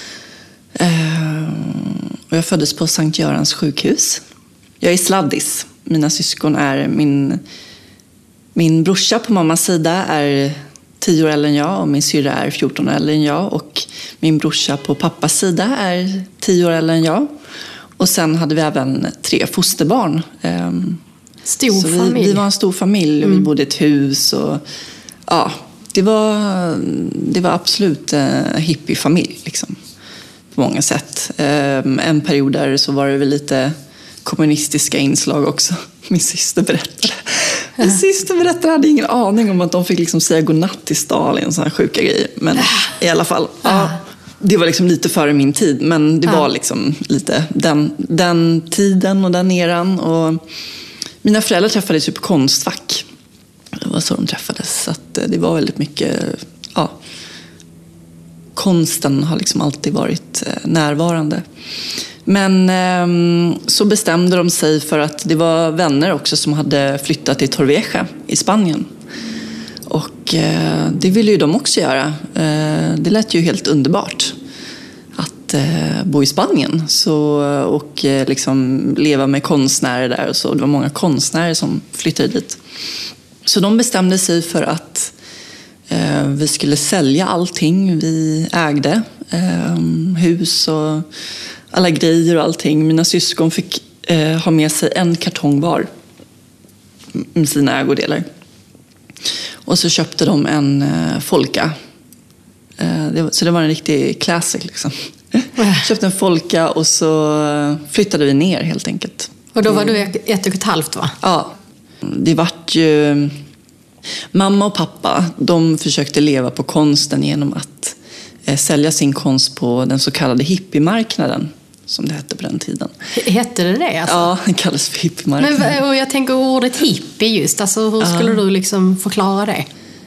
Eh, och jag föddes på Sankt Görans sjukhus. Jag är sladdis. Mina syskon är min... Min brorsa på mammas sida är tio år äldre än jag och min syrra är fjorton år äldre än jag. Och min brorsa på pappas sida är tio år äldre än jag. Och sen hade vi även tre fosterbarn.
Stor
Så vi,
familj.
vi var en stor familj och
Mm.
vi bodde i ett hus. Och, ja, det, var, det var absolut en hippiefamilj liksom, på många sätt. En period där så var det väl lite kommunistiska inslag också. Min syster berättade. Min syster berättade hade ingen aning om att de fick liksom säga godnatt till Stalin och sådana sjuka grejer. Men i alla fall, ja, det var liksom lite före min tid. Men det var liksom lite den, den tiden och den eran. Och mina föräldrar träffades ju på Konstfack. Det var så de träffades. Så att det var väldigt mycket... Ja, konsten har liksom alltid varit närvarande. Men eh, så bestämde de sig för att det var vänner också som hade flyttat till Torrevieja i Spanien. Och eh, det ville ju de också göra. Eh, det lät ju helt underbart att eh, bo i Spanien så, och eh, liksom leva med konstnärer där. Och så. Det var många konstnärer som flyttade dit. Så de bestämde sig för att eh, vi skulle sälja allting vi ägde. Eh, hus och alla grejer och allting. Mina syskon fick eh, ha med sig en kartong var med sina ägodelar. Och så köpte de en eh, Folka. Eh, det var, så det var en riktig classic liksom. Köpte en Folka och så flyttade vi ner helt enkelt.
Och då var du ett och ett halvt, va?
Ja. Det vart ju... Mamma och pappa, de försökte leva på konsten genom att eh, sälja sin konst på den så kallade hippiemarknaden, som det hette på den tiden.
Hette det det? Alltså?
Ja, det kallas för hippiemarknaden.
Men, och jag tänker ordet hippie just, alltså, hur skulle ja. du liksom förklara det?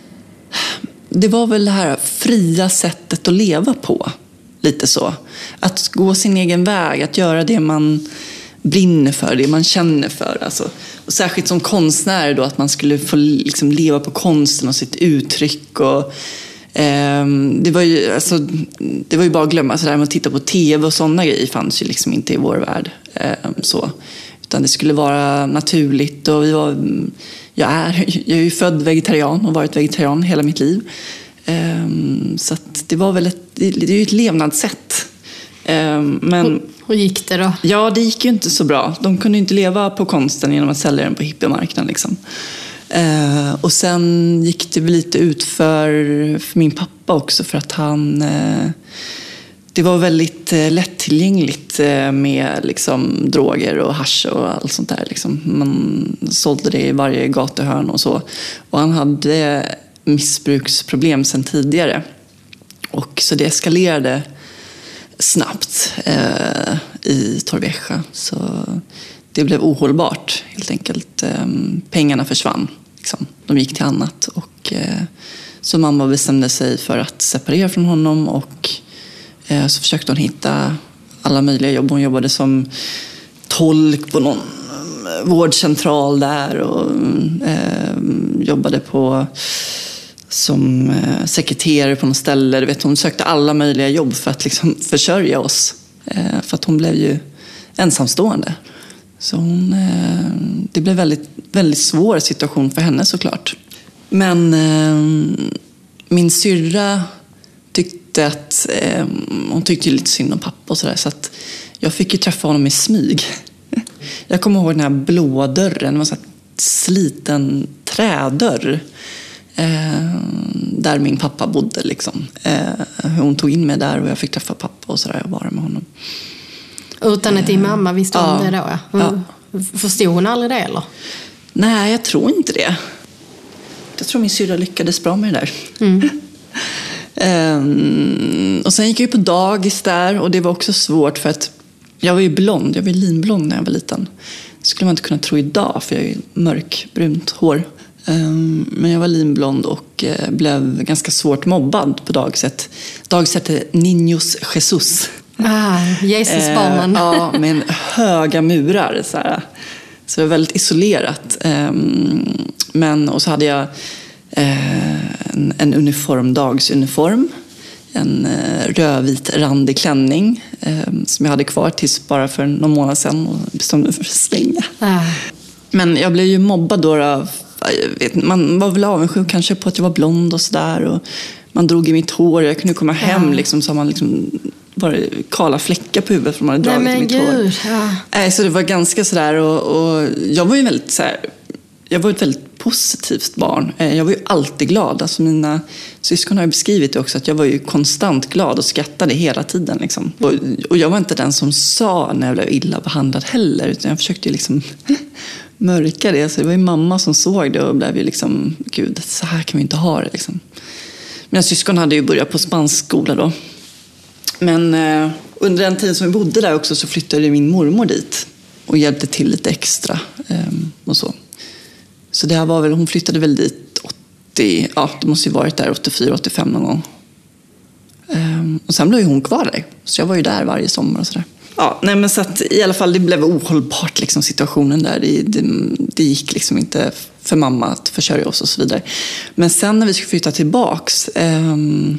Det var väl det här fria sättet att leva på. Lite så. Att gå sin egen väg, att göra det man brinner för, det man känner för. Alltså. Och särskilt som konstnär då, att man skulle få liksom leva på konsten och sitt uttryck. Och, eh, det, var ju, alltså, det var ju bara att glömma, så där med att titta på tv och sådana grejer fanns ju liksom inte i vår värld. Eh, så. Utan det skulle vara naturligt. Och vi var, jag, är, jag är ju född vegetarian och varit vegetarian hela mitt liv. Um, så att det var väl ett, det, det är ju ett levnadssätt. Um, men
hur, hur gick det då?
Ja, det gick ju inte så bra. De kunde ju inte leva på konsten genom att sälja den på hippiemarknaden liksom. Uh, och sen gick det väl lite ut för, för min pappa också, för att han uh, det var väldigt uh, lättillgängligt uh, med liksom droger och hasch och allt sånt där liksom. Man sålde det i varje gatuhörn och så. Och han hade missbruksproblem sedan tidigare. Och så det eskalerade snabbt eh, i Torrevieja. Så det blev ohållbart helt enkelt. Eh, pengarna försvann. Liksom. De gick till annat. Och, eh, så mamma bestämde sig för att separera från honom. Och eh, så försökte hon hitta alla möjliga jobb. Hon jobbade som tolk på någon vårdcentral där. Och eh, jobbade på... som eh, sekreterare på något ställe. Du vet, hon sökte alla möjliga jobb för att liksom försörja oss. Eh, för att hon blev ju ensamstående. Så hon, eh, det blev väldigt, väldigt svår situation för henne såklart. Men eh, min syrra tyckte att eh, hon tyckte ju lite synd om pappa och sådär. Så att jag fick ju träffa honom i smyg. Jag kommer ihåg den här blåa dörren. Det var så här sliten trädörr. Eh, där min pappa bodde liksom. Eh, hon tog in mig där och jag fick träffa pappa och sådär, jag var med honom.
Utan att din mamma visste om
ja,
det då? Ja. Förstod hon aldrig det eller?
Nej, jag tror inte det. Jag tror min syrra lyckades bra med det där.
Mm.
Um, och sen gick jag ju på dagis där, och det var också svårt för att jag var ju blond, jag var ju linblond när jag var liten. Det skulle man inte kunna tro idag, för jag är ju mörkbrunt hår. Um, men jag var linblond och uh, blev ganska svårt mobbad på dagiset. Dagiset hette Niños Jesus.
Ah, Jesusbarnen.
Uh, ja, med en höga murar. Så, här. Så det var väldigt isolerat. Um, men, och så hade jag uh, en, en uniform, dagsuniform. En uh, rödvit randig klänning uh, som jag hade kvar tills bara för någon månad sedan och bestämde mig för att slänga. Ah. Men jag blev ju mobbad då. då vet, man var väl avundsjuk kanske på att jag var blond och sådär. Och man drog i mitt hår. Jag kunde komma hem ah. liksom, så har man liksom bara kala fläckar på huvudet för man hade dragit i mitt Gud. hår. Ja. Så det var ganska sådär. Och, och jag var ju väldigt så här, jag var ett väldigt positivt barn. Jag var ju alltid glad. Alltså mina syskon har ju beskrivit det också, att jag var ju konstant glad och skrattade hela tiden. Liksom. Och, och jag var inte den som sa när jag blev illa behandlad heller, utan jag försökte ju liksom mörka det. Så det var ju mamma som såg det och blev ju liksom, gud, så här kan vi inte ha det. Liksom. Mina syskon hade ju börjat på spansk skola då. Men eh, under den tiden som vi bodde där också så flyttade min mormor dit och hjälpte till lite extra eh, och så. Så det här var väl, hon flyttade väl dit åttio, ja det måste ju varit där åttiofyra åttiofem någon gång. Um, och sen blev ju hon kvar där. Så jag var ju där varje sommar och sådär. Ja, nej men så att i alla fall det blev ohållbart liksom situationen där. Det, det, det gick liksom inte för mamma att försörja oss och så vidare. Men sen när vi skulle flytta tillbaks um,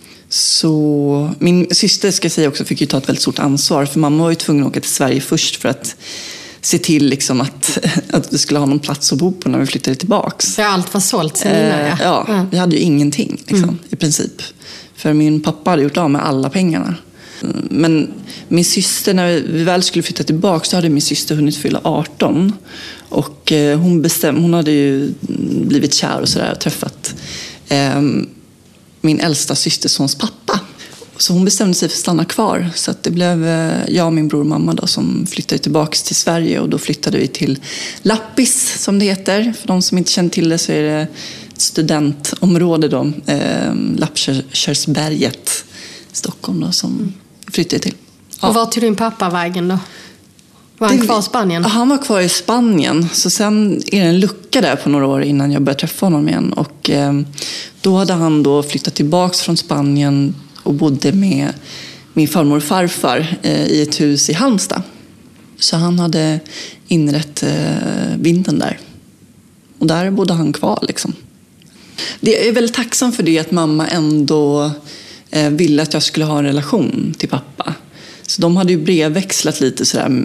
så min syster ska jag säga också fick ju ta ett väldigt stort ansvar. För mamma var ju tvungen att åka till Sverige först för att se till liksom att, att vi skulle ha någon plats att bo på när vi flyttade tillbaks.
Ja, allt var sålt sen innan, ja.
Ja, ja, vi hade ju ingenting liksom, mm. i princip. För min pappa hade gjort av med alla pengarna. Men min syster, när vi väl skulle flytta tillbaks så hade min syster hunnit fylla arton. Och hon bestämde, hon hade ju blivit kär och sådär och träffat eh, min äldsta systersons pappa. Så hon bestämde sig för att stanna kvar. Så att det blev jag och min bror och mamma då, som flyttade tillbaka till Sverige. Och då flyttade vi till Lappis, som det heter. För de som inte känner till det så är det ett studentområde då. Eh, Lappkörsberget, Stockholm då, som flyttade till. Ja.
Och var tog din pappa vägen då? Var han kvar i Spanien?
Han var kvar i Spanien. Så sen är det en lucka där på några år innan jag började träffa honom igen. Och eh, då hade han då flyttat tillbaka från Spanien och bodde med min farmor och farfar eh, i ett hus i Halmstad. Så han hade inrett eh, vinden där. Och där bodde han kvar liksom. Det är väldigt tacksam för det att mamma ändå eh, ville att jag skulle ha en relation till pappa. Så de hade ju brevväxlat lite sådär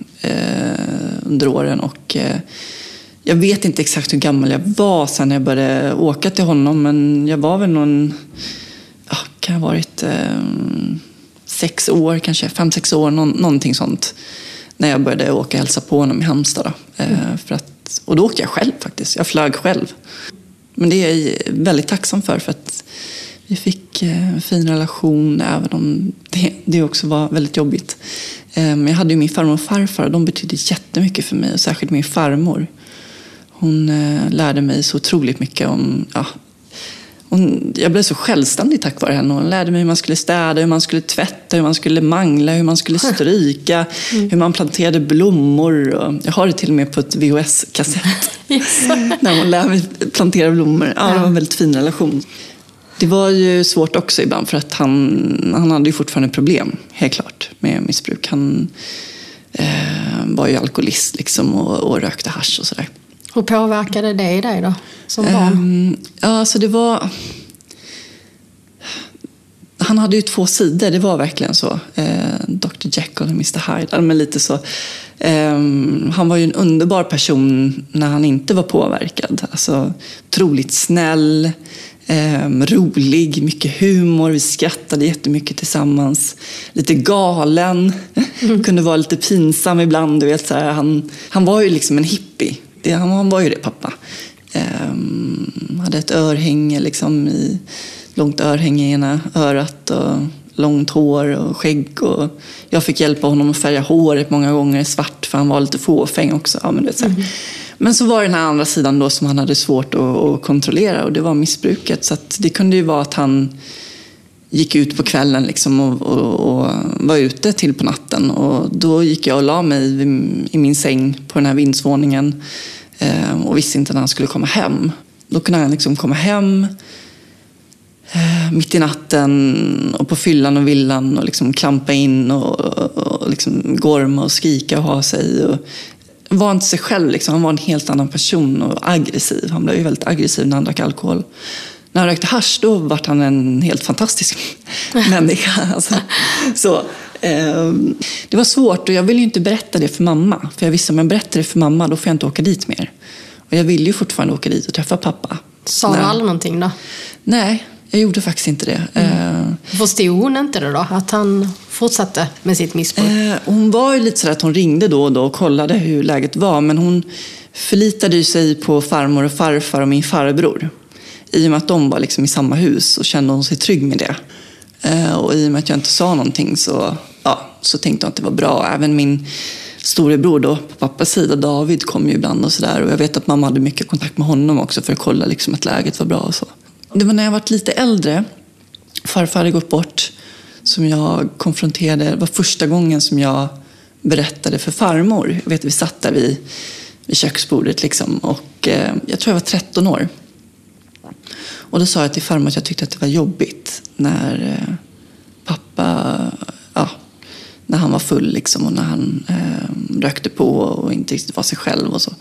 eh, under åren. Och eh, jag vet inte exakt hur gammal jag var sen när jag började åka till honom. Men jag var väl någon... Ja, kan ha varit eh, sex år, kanske fem, sex år, någon, någonting sånt. När jag började åka och hälsa på honom i Halmstad. Då. Eh, mm. för att, och då åkte jag själv faktiskt. Jag flög själv. Men det är jag väldigt tacksam för. För att vi fick eh, en fin relation, även om det, det också var väldigt jobbigt. Eh, men jag hade ju min farmor och farfar och de betydde jättemycket för mig. Och särskilt min farmor. Hon eh, lärde mig så otroligt mycket om... Ja, hon, jag blev så självständig tack vare henne. Hon lärde mig hur man skulle städa, hur man skulle tvätta, hur man skulle mangla, hur man skulle stryka, mm. hur man planterade blommor. Och jag har det till och med på ett V H S-kassett. Yes. När hon lärde mig plantera blommor. Ja, det var en väldigt fin relation. Det var ju svårt också ibland för att han, han hade ju fortfarande problem, helt klart, med missbruk. Han eh, var ju alkoholist liksom och, och rökte hasch och sådär.
Hur påverkade det dig då, som barn?
Um, ja, så det var... Han hade ju två sidor, det var verkligen så. Uh, doktor Jekyll och mister Hyde, men lite så. Um, han var ju en underbar person när han inte var påverkad. Alltså, otroligt snäll, um, rolig, mycket humor. Vi skrattade jättemycket tillsammans. Lite galen, mm. kunde vara lite pinsam ibland. Du vet, så här. Han, han var ju liksom en hippie. Det, han var ju det, pappa. Um, hade ett örhänge liksom i, långt örhänge i ena örat och långt hår och skägg. Och jag fick hjälpa honom att färga håret många gånger svart för han var lite fåfäng också. Ja, men, det, så mm. men så var det den här andra sidan då som han hade svårt att, att kontrollera och det var missbruket. Så att det kunde ju vara att han gick ut på kvällen liksom och, och, och var ute till på natten. Och då gick jag och la mig i min säng på den här vindsvåningen eh, och visste inte när han skulle komma hem. Då kunde han liksom komma hem eh, mitt i natten och på fyllan och villan och liksom klampa in och, och, och liksom gorma och skrika och ha sig. Och var inte sig själv liksom. Han var en helt annan person och aggressiv. Han blev ju väldigt aggressiv när han drack alkohol. När han rökte hasch, då var han en helt fantastisk människa. Alltså. Så, eh, det var svårt och jag ville ju inte berätta det för mamma. För jag visste om jag berättade det för mamma, då får jag inte åka dit mer. Och jag ville ju fortfarande åka dit och träffa pappa.
Sa du aldrig någonting då?
Nej, jag gjorde faktiskt inte det.
Mm. Eh, Förstod hon inte det då? Att han fortsatte med sitt missbruk?
Eh, hon var ju lite så att hon ringde då och då och kollade hur läget var. Men hon förlitade ju sig på farmor och farfar och min farbror. I och med att de var liksom i samma hus och kände hon sig trygg med det. Eh, och i och med att jag inte sa någonting så, ja, så tänkte jag att det var bra. Även min storebror då, på pappas sida, David, kom ju ibland och sådär. Och jag vet att mamma hade mycket kontakt med honom också för att kolla liksom att läget var bra och så. Det var när jag var lite äldre, farfar hade gått bort, som jag konfronterade. Det var första gången som jag berättade för farmor. Jag vet, vi satt där vid, vid köksbordet liksom, och eh, jag tror jag var tretton år. Och då sa jag till farmor att jag tyckte att det var jobbigt när eh, pappa, ja, när han var full liksom, och när han eh, rökte på och inte riktigt var sig själv och så.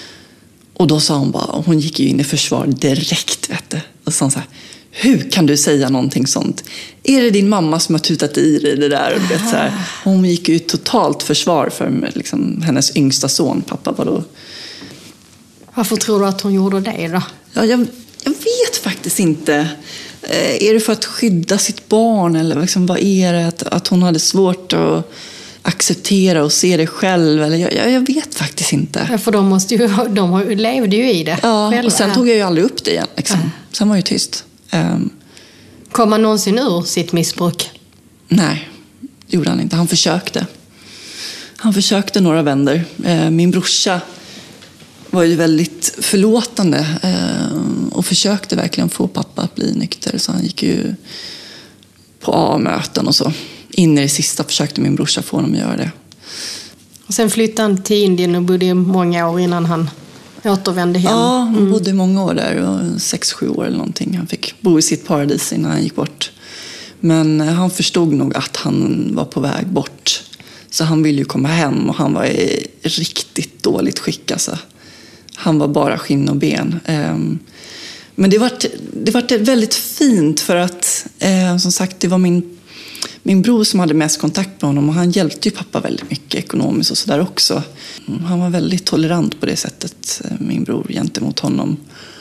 Och då sa hon bara, hon gick ju in i försvar direkt, vet du. Och sa så här, hur kan du säga någonting sånt? Är det din mamma som har tutat i dig det där? Och vet, så här. Hon gick ju totalt försvar för liksom, hennes yngsta son, pappa var då.
Varför tror du att hon gjorde det då?
Ja, jag, jag vet faktiskt inte. Eh, är det för att skydda sitt barn? Eller liksom, vad är det? Att, att hon hade svårt att acceptera och se det själv? Eller jag, jag, jag vet faktiskt inte.
Ja, för de, måste ju, de levde ju i det.
Ja,
själva.
Och sen tog jag ju aldrig upp det igen. Liksom. Äh. Sen var jag ju tyst. Um,
Kom han någonsin ur sitt missbruk?
Nej, det gjorde han inte. Han försökte. Han försökte några vänder. Uh, min brorsa var ju väldigt förlåtande uh, och försökte verkligen få pappa att bli nykter. Så han gick ju på A-möten och så. In i det sista försökte min brorsa få honom att göra det.
Och sen flyttade han till Indien och bodde många år innan han återvände hem.
Ja, han mm. bodde många år där. Och sex, sju år eller någonting. Han fick bo i sitt paradis innan han gick bort. Men han förstod nog att han var på väg bort. Så han ville ju komma hem och han var i riktigt dåligt skick. Alltså. Han var bara skinn och ben. Men det var, det var väldigt fint för att, som sagt, det var min Min bror som hade mest kontakt med honom, och han hjälpte ju pappa väldigt mycket ekonomiskt och sådär också. Han var väldigt tolerant på det sättet, min bror, gentemot honom.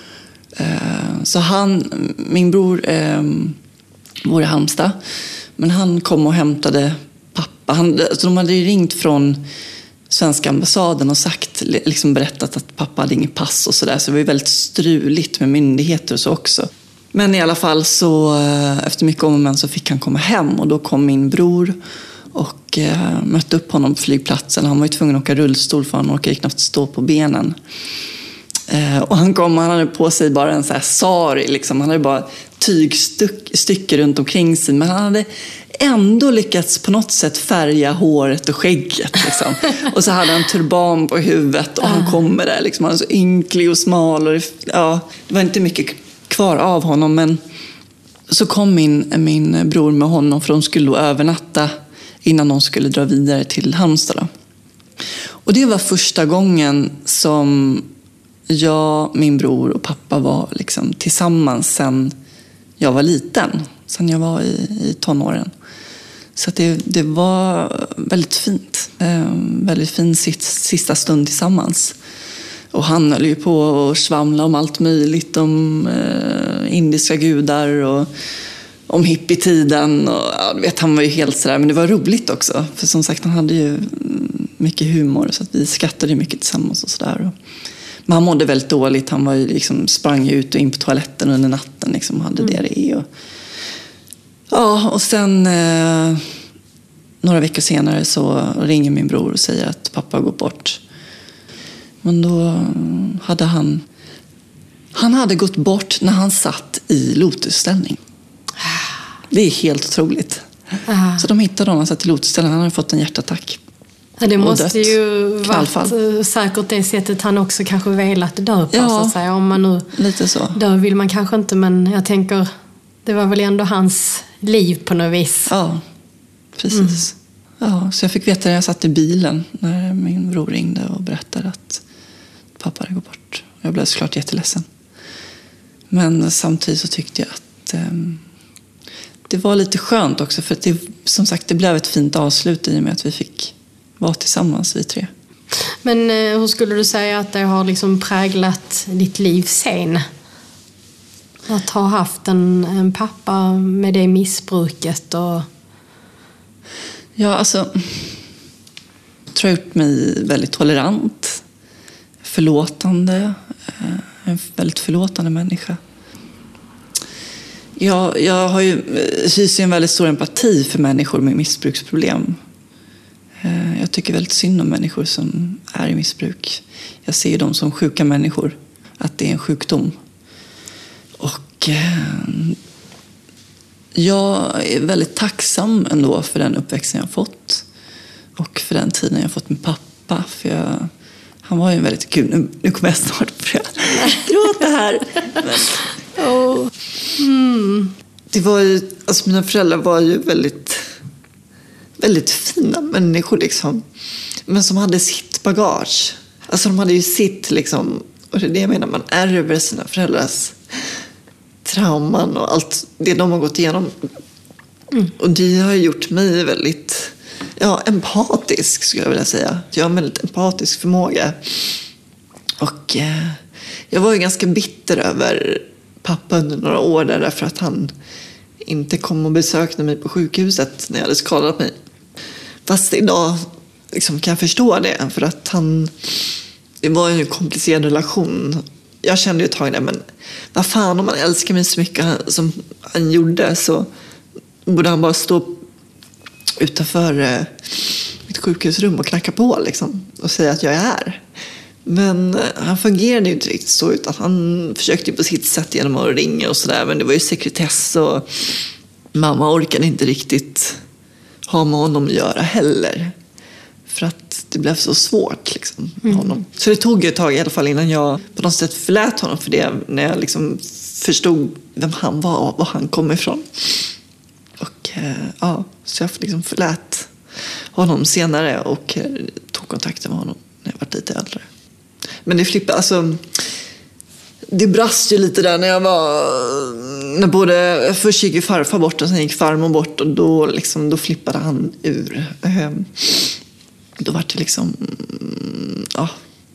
Så han, min bror bor i Halmstad, men han kom och hämtade pappa. Han, alltså de hade ju ringt från svenska ambassaden och sagt, liksom berättat att pappa hade inget pass och sådär. Så det var ju väldigt struligt med myndigheter och så också. Men i alla fall så efter mycket om och men så fick han komma hem, och då kom min bror och eh, mötte upp honom på flygplatsen. Han var ju tvungen att åka rullstol för han orkade knappt stå på benen. Eh, och han kom, han hade på sig bara en så här sari liksom. Han hade bara tygstycke runt omkring sig, men han hade ändå lyckats på något sätt färga håret och skägget liksom. Och så hade han turban på huvudet och han kommer där liksom. Han var så ynklig och smal och det, ja, det var inte mycket kvar av honom, men så kom min, min bror med honom, för de skulle då övernatta innan de skulle dra vidare till Halmstad då. Och det var första gången som jag, min bror och pappa var liksom tillsammans sen jag var liten, sen jag var i, i tonåren. Så att det, det var väldigt fint, eh, väldigt fin sista stund tillsammans. Och han höll ju på att svamla om allt möjligt, om eh, indiska gudar och om hippietiden. Och, ja, du vet, han var ju helt sådär, men det var roligt också. För som sagt, han hade ju mycket humor, så att vi skrattade mycket tillsammans och sådär. Men han mådde väldigt dåligt. Han var ju liksom, sprang ut och in på toaletten under natten, liksom, hade mm. diarré. Och, ja, och sen eh, några veckor senare så ringer min bror och säger att pappa har gått bort. Men då hade han han hade gått bort när han satt i lotusställning. Det är helt otroligt.
Ah.
Så de hittade honom så till Lotusställen. Han hade fått en hjärtattack.
Ja, det måste
dött.
ju
Knallfall.
varit säkert det sättet han också kanske velat dö på.
Ja,
så att säga. Om man nu
lite så.
dö vill man kanske inte, men jag tänker det var väl ändå hans liv på något vis.
Ja, precis. Mm. Ja, så jag fick veta när jag satt i bilen när min bror ringde och berättade att pappa hade gått bort. Jag blev såklart jätteledsen. Men samtidigt så tyckte jag att eh, det var lite skönt också. För att det, som sagt, det blev ett fint avslut i och med att vi fick vara tillsammans, vi tre.
Men eh, hur skulle du säga att det har liksom präglat ditt liv sen? Att ha haft en, en pappa med det missbruket och...
Ja, alltså... Jag tror jag har gjort mig väldigt tolerant. Förlåtande. En väldigt förlåtande människa. Jag, jag har ju hyser en väldigt stor empati för människor med missbruksproblem. Jag tycker väldigt synd om människor som är i missbruk. Jag ser dem som sjuka människor. Att det är en sjukdom. Och jag är väldigt tacksam ändå för den uppväxten jag har fått. Och för den tiden jag har fått med pappa. För jag, han var ju väldigt kul. Nu, nu kommer jag snart börja gråta här. Men,
oh. mm.
Det var ju, alltså mina föräldrar var ju väldigt, väldigt fina människor liksom. Men som hade sitt bagage. Alltså de hade ju sitt liksom. Och det är det jag menar, man ärver sina föräldrars trauman och allt det de har gått igenom. Mm. Och det har gjort mig väldigt ja, empatisk, skulle jag vilja säga. Jag har en väldigt empatisk förmåga. Och eh, jag var ju ganska bitter över pappa under några år där, därför att han inte kom och besökte mig på sjukhuset när jag hade skadat mig. Fast idag liksom, kan jag förstå det, för att han... Det var en komplicerad relation. Jag kände ju ett tag där, men vad fan, om man älskar mig så mycket som han gjorde så borde han bara stå utanför eh, mitt sjukhusrum och knacka på liksom, och säga att jag är här. Men eh, han fungerade ju inte riktigt så, utan han försökte ju på sitt sätt genom att ringa och sådär, men det var ju sekretess och mamma orkade inte riktigt ha med honom att göra heller. För att det blev så svårt liksom, med honom. Mm. Så det tog ett tag i alla fall innan jag på något sätt förlät honom för det. När jag liksom förstod vem han var och var han kom ifrån. Och eh, ja, så jag liksom förlät honom senare och eh, tog kontakt med honom när jag var lite äldre. Men det flippade, alltså... Det brast ju lite där när jag var... När både... Först gick ju farfar bort och sen gick farmor bort. Och då, liksom, då flippade han ur. Ehm, då var det liksom... Ja.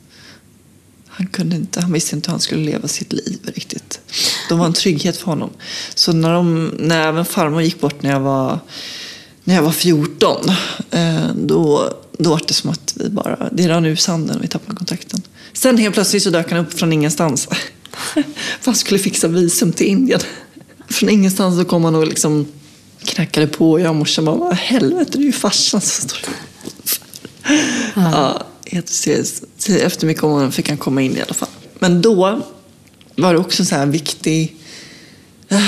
Han kunde inte... Han visste inte hur han skulle leva sitt liv riktigt. De var en trygghet för honom. Så när, de, när även farmor gick bort när jag var... När jag var fjorton. Eh, då, då var det som att vi bara... Det rann ur sanden och vi tappade kontakten. Sen helt plötsligt så dök han upp från ingenstans. För han skulle fixa visum till Indien. Från ingenstans så kom han och liksom knackade på. Och jag och morsan bara, vad helvete, det är ju farsan som står där. Ja, helt seriöst. Efter mycket om honom fick han komma in i alla fall. Men då var det också så här viktig... Uh,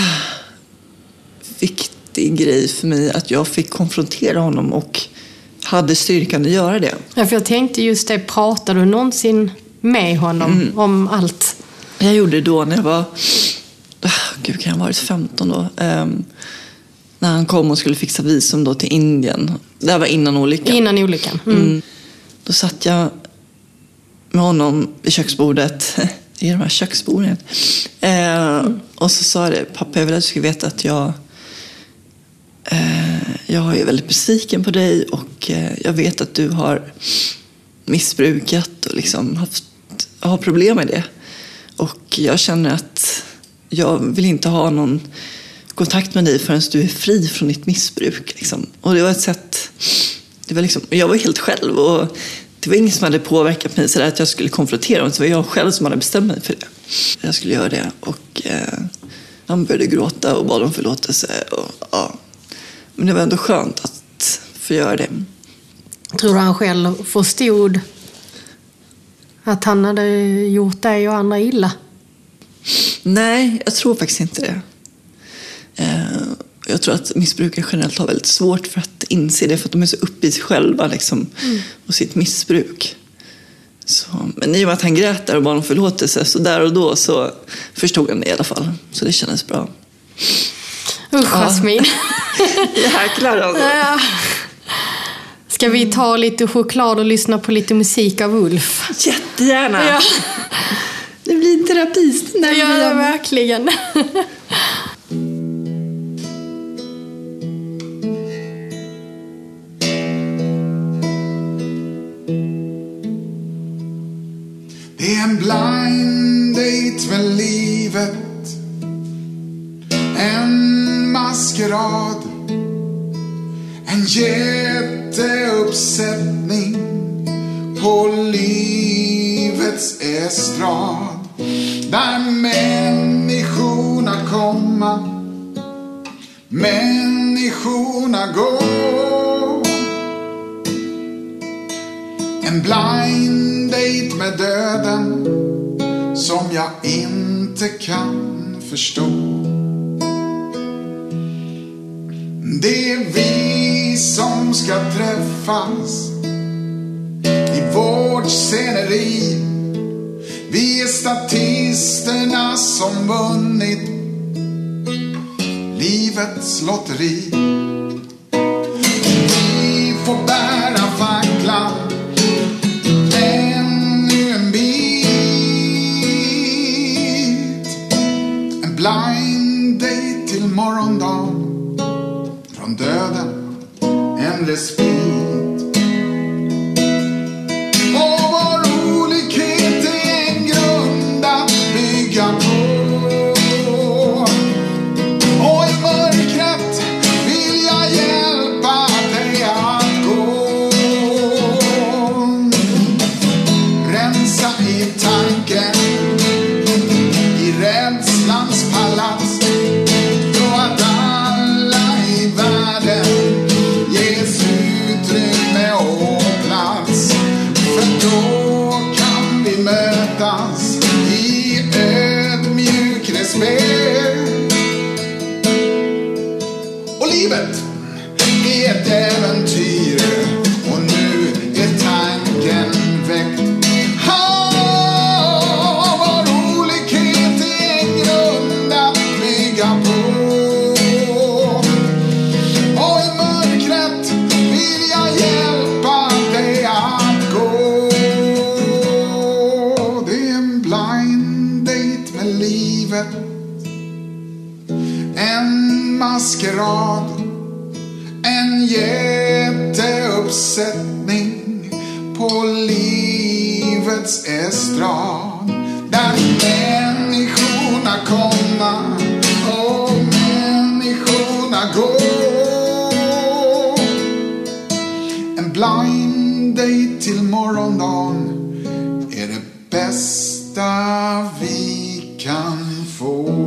viktig grej för mig att jag fick konfrontera honom och hade styrkan att göra det. Ja, för
jag tänkte just det, pratade du någonsin med honom mm. om allt?
Jag gjorde det då när jag var... Gud, kan jag ha varit femton då? Um, när han kom och skulle fixa visum då till Indien. Det här var innan olyckan.
Innan olyckan. Mm. Mm.
Då satt jag med honom vid köksbordet. Det är de här köksborden. Uh, mm. Och så sa jag det, pappa, jag vill att du ska veta att jag... Uh, jag är väldigt besviken på dig och uh, jag vet att du har missbrukat och liksom haft, har problem med det. Och jag känner att jag vill inte ha någon kontakt med dig förrän du är fri från ditt missbruk. Liksom. Och det var ett sätt... Det var liksom, jag var helt själv och det var ingen som hade påverkat mig så att jag skulle konfrontera honom. Det var jag själv som hade bestämt mig för det. Jag skulle göra det. Och eh, han började gråta och bad om förlåtelse. Och, ja. Men det var ändå skönt att få göra det.
Tror du han själv förstod att han hade gjort dig och andra illa?
Nej, jag tror faktiskt inte det. jag tror att missbrukare generellt har väldigt svårt för att inse det, för att de är så uppe i sig själva liksom, mm. och sitt missbruk. Så, men i och med att han grät där och bad om förlåtelse, så där och då så förstod han det i alla fall. Så det kändes bra.
Usch, Jasmin.
Jäklar alltså.
Ja. Ska vi ta lite choklad och lyssna på lite musik av Ulf?
Jättegärna.
Ja.
Det blir en terapistund.
Ja, ja, verkligen.
Det är en blind date med livet, en maskerad, en jätteuppsättning på livets estrad, där människorna komma, människorna går. En blind date med döden som jag inte kan förstå. Det är vi som ska träffas i vårt sceneri. Vi är statisterna som vunnit livets lotteri. Vi får bära facklan ännu en bit. En blind date till morgondagen, från döden en respit. Och vår olikhet är en grund att bygga på. Och i mörkret vill jag hjälpa dig att gå. Rensa i tanken, i rädslans palats, så att alla i världen ges utrymme och plats. För då kan vi mötas i ödmjuk respekt. Och livet är ett äventyr, och nu är tanken väckt. Vår olikhet är en grund att bygga på. Och i mörkret vill jag hjälpa dig att gå. Det är en blind date med livet, en maskerad, en jätteuppsättning på livets estrad, där människorna komma och människorna går. En blind date till morgondagen är det bästa vi kan få.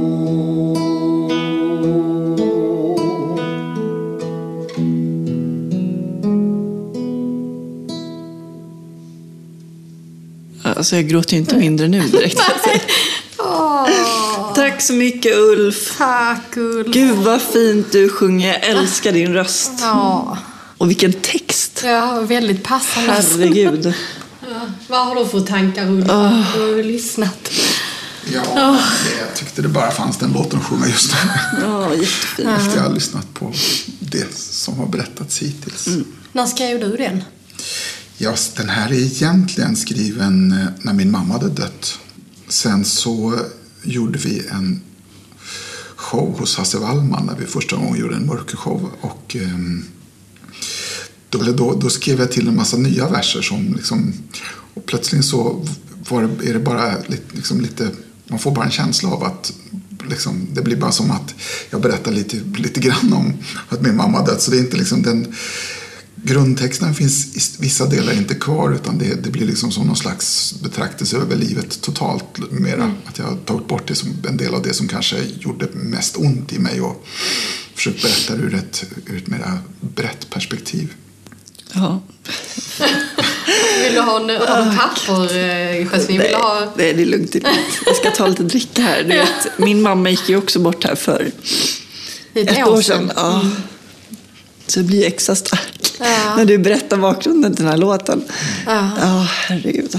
Alltså jag gråter ju inte mindre nu direkt.
Åh,
Tack så mycket Ulf.
tack Ulf.
Gud vad fint du sjunger. Jag älskar din röst.
Ja,
Och vilken text.
ja, väldigt passande.
Herregud.
Ja. Vad har du för tankar Ulf?
Oh.
Du har ju lyssnat.
Ja, det, jag tyckte det bara fanns den låten att sjunga just nu.
Ja, jättefint.
Efter jag har lyssnat på det som har berättats hittills.
Mm. När skrev du den?
Ja, den här är egentligen skriven när min mamma hade dött. Sen så gjorde vi en show hos Hasse Wallman när vi första gången gjorde en mörkershow. Och då, då, då skrev jag till en massa nya verser som liksom, och plötsligt så var det, är det bara liksom lite, man får bara en känsla av att liksom, det blir bara som att jag berättar lite, lite grann om att min mamma dött. Så det är inte liksom den grundtexten finns i vissa delar inte kvar, utan det, det blir liksom som någon slags betraktelse över livet totalt mera. Mm. Att jag har tagit bort det som en del av det som kanske gjorde mest ont i mig och försökt berätta ur ett, ur ett mera brett perspektiv.
Ja.
Vill du ha en, har du papper, Jasmin? Vill du ha...
Nej, det är lugnt. Jag ska ta lite dricka här. Du vet, min mamma gick ju också bort här för
Ett,
Ett år sedan, ja. Mm. Så det blir extra stark ja. När du berättar bakgrunden till den här låten. Ja, ja herregud.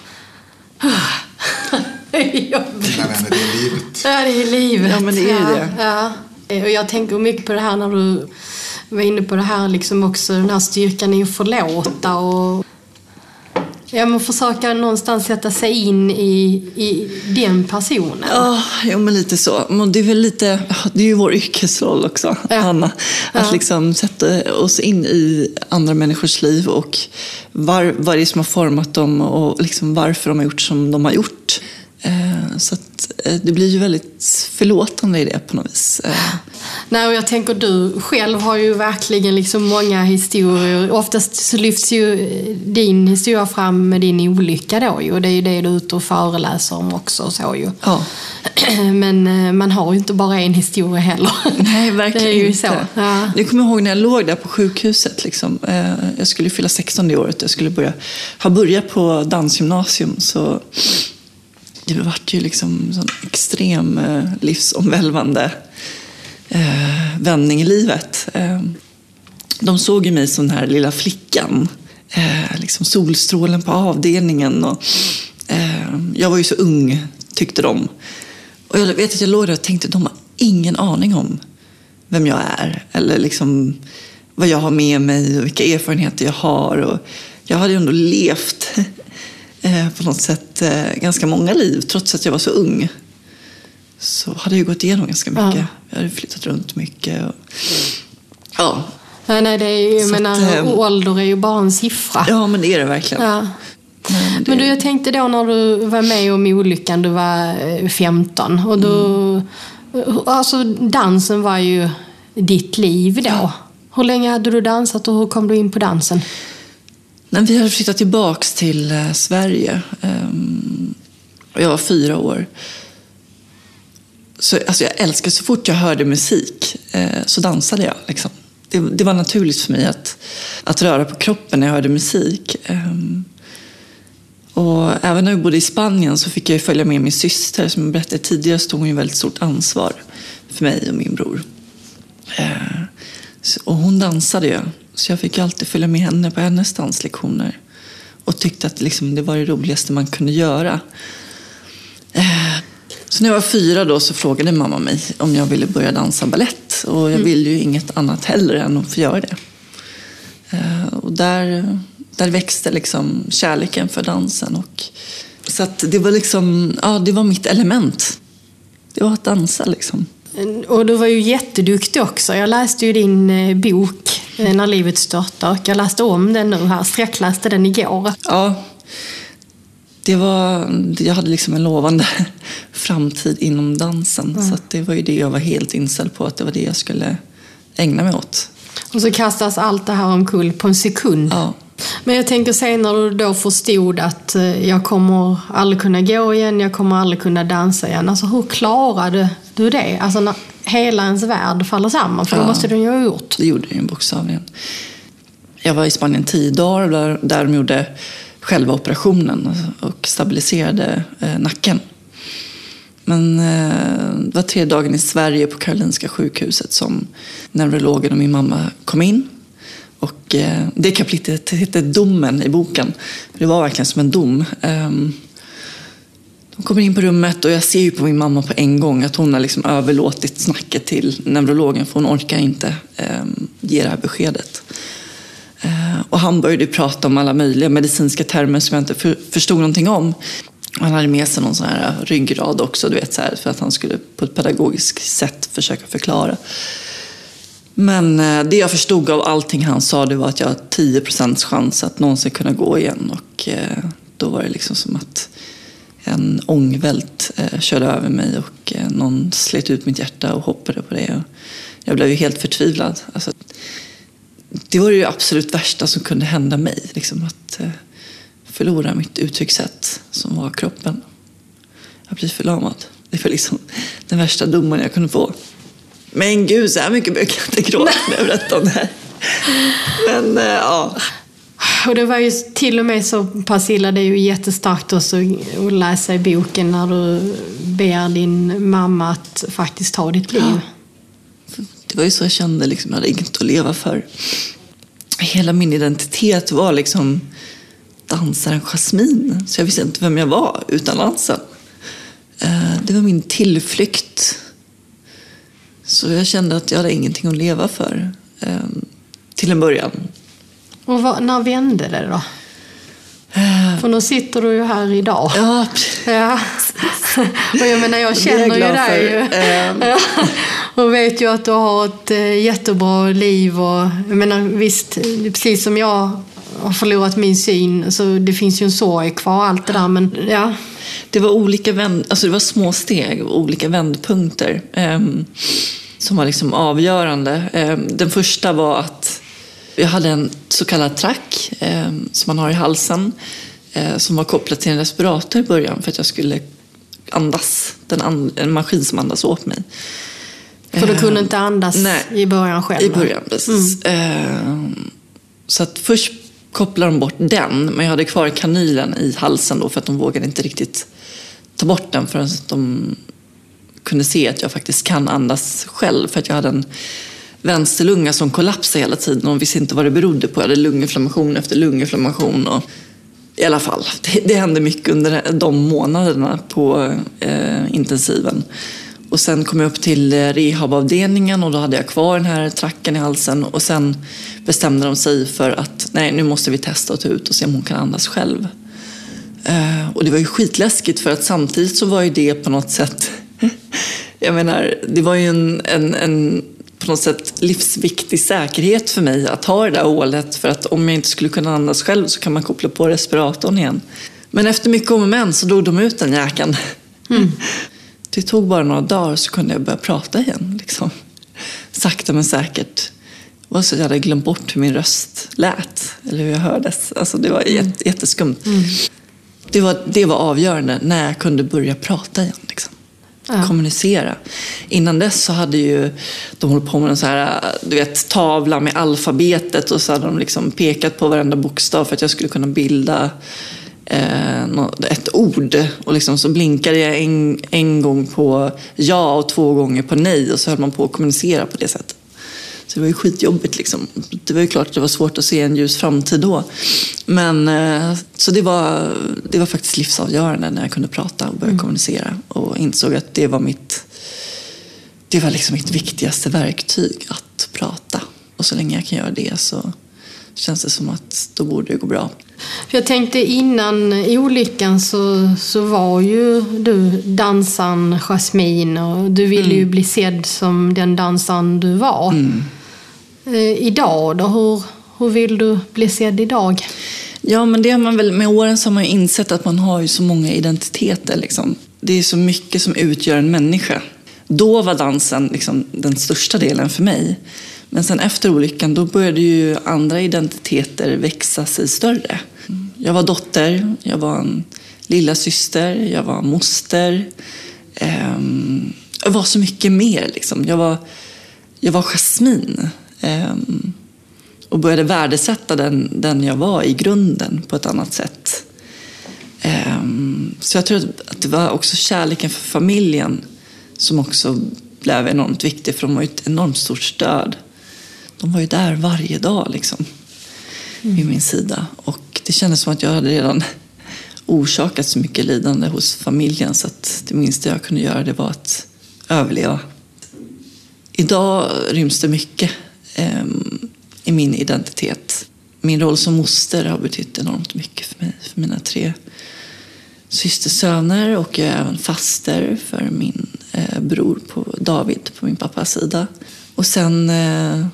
Det är jobbigt.
Mina vänner, det är livet.
Ja, det är livet.
Ja, men det är
ja,
det.
Ja. Och jag tänker mycket på det här när du var inne på det här liksom också, den här styrkan i att förlåta och ja, man försöka någonstans sätta sig in i, i den personen.
Ja, ja, men lite så. Men det är väl lite, det är ju vår yrkesroll också, ja. Anna. Att ja. liksom sätta oss in i andra människors liv och var, vad det är som har format dem och liksom varför de har gjort som de har gjort. Så att det blir ju väldigt förlåtande i det på något vis.
Nej, och jag tänker du själv har ju verkligen liksom många historier. Oftast så lyfts ju din historia fram med din olycka då ju. Och det är ju det du är ute och föreläser om också så ju. Ja. Men man har ju inte bara en historia heller. Nej, verkligen det är ju inte. Så. Ja.
Jag kommer ihåg när jag låg där på sjukhuset. Liksom. Jag skulle fylla sexton det året. Jag skulle börja, ha börjat på dansgymnasium så... Det var ju liksom en sån extrem eh, livsomvälvande eh, vändning i livet. Eh, de såg ju mig som den här lilla flickan. Eh, liksom solstrålen på avdelningen. Och, eh, jag var ju så ung, tyckte de. Och jag vet att jag låg där och tänkte, de har ingen aning om vem jag är. Eller liksom vad jag har med mig och vilka erfarenheter jag har. Och jag hade ju ändå levt... på något sätt ganska många liv trots att jag var så ung. Så hade jag gått igenom ganska mycket. Ja. Jag hade flyttat runt mycket. Och, ja.
Ja, nej, det är ju, menar, att, ålder är ju bara en siffra.
Ja, men det är det verkligen. Ja.
Men, det... men du, jag tänkte då när du var med om olyckan, du var femton. Och då, mm. alltså dansen var ju ditt liv då. Ja. Hur länge hade du dansat och hur kom du in på dansen?
När vi hade flyttat tillbaks till Sverige och jag var fyra år så alltså jag älskar så fort jag hörde musik så dansade jag liksom. det, det var naturligt för mig att, att röra på kroppen när jag hörde musik och även när jag bodde i Spanien så fick jag följa med min syster som jag berättade tidigare, stod hon ju väldigt stort ansvar för mig och min bror och hon dansade ju. Så jag fick alltid följa med henne på hennes danslektioner. Och tyckte att liksom det var det roligaste man kunde göra. Så när jag var fyra då så frågade mamma mig om jag ville börja dansa ballett. Och jag mm. ville ju inget annat heller än att få göra det. Och där, där växte liksom kärleken för dansen. Och, så att det var liksom, ja det var mitt element. Det var att dansa liksom.
Och du var ju jätteduktig också. Jag läste ju din bok När livet störtar. Jag läste om den nu här. Sträckläste den igår.
Ja, det var, jag hade liksom en lovande framtid inom dansen. Mm. Så att det var ju det jag var helt inställd på. Att det var det jag skulle ägna mig åt. Och
så kastas allt det här omkull på en sekund. Ja. Men jag tänker sen när du då förstod att jag kommer aldrig kunna gå igen, jag kommer aldrig kunna dansa igen. Alltså hur klarade du det? Alltså när hela ens värld faller samman, för ja, det måste du ju ha gjort.
Det gjorde jag ju bokstavligen. Jag var i Spanien tio dagar där, där de gjorde själva operationen och stabiliserade eh, nacken. Men eh, det var tre dagen i Sverige på Karolinska sjukhuset som neurologen och min mamma kom in. Och eh, det kapitlet heter Domen i boken. Det var verkligen som en dom. Eh, de kommer in på rummet och jag ser ju på min mamma på en gång att hon har liksom överlåtit snacket till neurologen, för hon orkar inte eh, ge det här beskedet. Eh, och han började prata om alla möjliga medicinska termer som jag inte för, förstod någonting om. Han hade med sig någon sån här ryggrad också, du vet, så här, för att han skulle på ett pedagogiskt sätt försöka förklara. Men det jag förstod av allting han sa, det var att jag har tio procent chans att någonsin kunna gå igen. Och då var det liksom som att en ångvält körde över mig och någon slet ut mitt hjärta och hoppade på det. Jag blev ju helt förtvivlad. Alltså, det var ju absolut värsta som kunde hända mig. Liksom att förlora mitt uttryckssätt som var kroppen. Jag blir förlamad. Det var liksom den värsta domen jag kunde få. Men gud, så här mycket böcker jag inte gråta när jag berättar om det här. Men, äh, ja.
Och det var ju till och med så pass illa, det är ju jättestarkt också att läsa i boken när du ber din mamma att faktiskt ta ditt liv. Ja.
det var ju så jag kände, liksom, jag hade inget att leva för. Hela min identitet var liksom dansaren Jasmine. Så jag visste inte vem jag var utan dansen. Det var min tillflykt. Så jag kände att jag hade ingenting att leva för. Till en början.
Och vad, när vände det då? För nu sitter du ju här idag.
Ja,
ja. Och jag menar, jag känner jag ju dig ju. Och vet ju att du har ett jättebra liv. Och jag menar, visst, precis som jag har förlorat min syn, så det finns ju en sorg kvar, allt det där. Men ja.
Det var olika vänd, alltså det var små steg och olika vändpunkter eh, som var liksom avgörande. Eh, den första var att jag hade en så kallad track eh, som man har i halsen eh, som var kopplad till en respirator i början för att jag skulle andas. Den and, en maskin som andas åt mig.
För du kunde inte andas
Nej,
i början själv?
I början, precis. Mm. Eh, så att först kopplade de bort den, men jag hade kvar kanylen i halsen då för att de vågade inte riktigt ta bort den förrän de kunde se att jag faktiskt kan andas själv, för att jag hade en vänsterlunga som kollapsade hela tiden och visste inte vad det berodde på. Jag hade lunginflammation efter lunginflammation och i alla fall, det, det hände mycket under de månaderna på eh, intensiven. Och sen kom jag upp till rehabavdelningen och då hade jag kvar den här tracken i halsen. Och sen bestämde de sig för att nej, nu måste vi testa att ta ut och se om hon kan andas själv. Uh, och det var ju skitläskigt för att samtidigt så var ju det på något sätt... jag menar, det var ju en, en, en på något sätt livsviktig säkerhet för mig att ha det där ålet. För att om jag inte skulle kunna andas själv så kan man koppla på respiratorn igen. Men efter mycket om och men så drog de ut den jäkeln. Mm. Det tog bara några dagar så kunde jag börja prata igen. Liksom. Sakta men säkert. Det var så att jag hade glömt bort hur min röst lät. Eller hur jag hördes. Alltså det var jätt, jätteskumt. Mm. Det, var, det var avgörande när jag kunde börja prata igen. Liksom. Ja. Kommunicera. Innan dess så hade ju de hållit på med en så här, du vet, tavla med alfabetet. Och så hade de liksom pekat på varenda bokstav för att jag skulle kunna bilda... ett ord och liksom så blinkade jag en, en gång på ja och två gånger på nej och så höll man på att kommunicera på det sättet. Så det var ju skitjobbigt liksom. Det var ju klart att det var svårt att se en ljus framtid då. Men så det var, det var faktiskt livsavgörande när jag kunde prata och börja mm. kommunicera och insåg att det var mitt det var liksom mitt viktigaste verktyg, att prata. Och så länge jag kan göra det så känns det som att då borde det gå bra.
För jag tänkte innan olyckan så, så var ju du dansan Jasmine och du ville mm. ju bli sedd som den dansan du var. Mm. Eh, idag då, hur, hur vill du bli sedd idag?
Ja, men det har man väl, med åren så har man ju insett att man har ju så många identiteter liksom. Det är så mycket som utgör en människa. Då var dansen liksom den största delen för mig. Men sen efter olyckan då började ju andra identiteter växa sig större. Jag var dotter, jag var en lilla syster, jag var moster. Um, jag var så mycket mer liksom. Jag var, jag var Jasmine. Um, och började värdesätta den, den jag var i grunden på ett annat sätt. Um, så jag tror att det var också kärleken för familjen som också blev enormt viktig. För de var ju ett enormt stort stöd. De var ju där varje dag liksom, mm. vid min sida. Och det kändes som att jag hade redan orsakat så mycket lidande hos familjen. Så att det minsta jag kunde göra det var att överleva. Idag ryms det mycket eh, i min identitet. Min roll som moster har betytt enormt mycket för mig. För mina tre systersöner och jag är även faster för min eh, bror på David på min pappas sida. Och sen... Eh,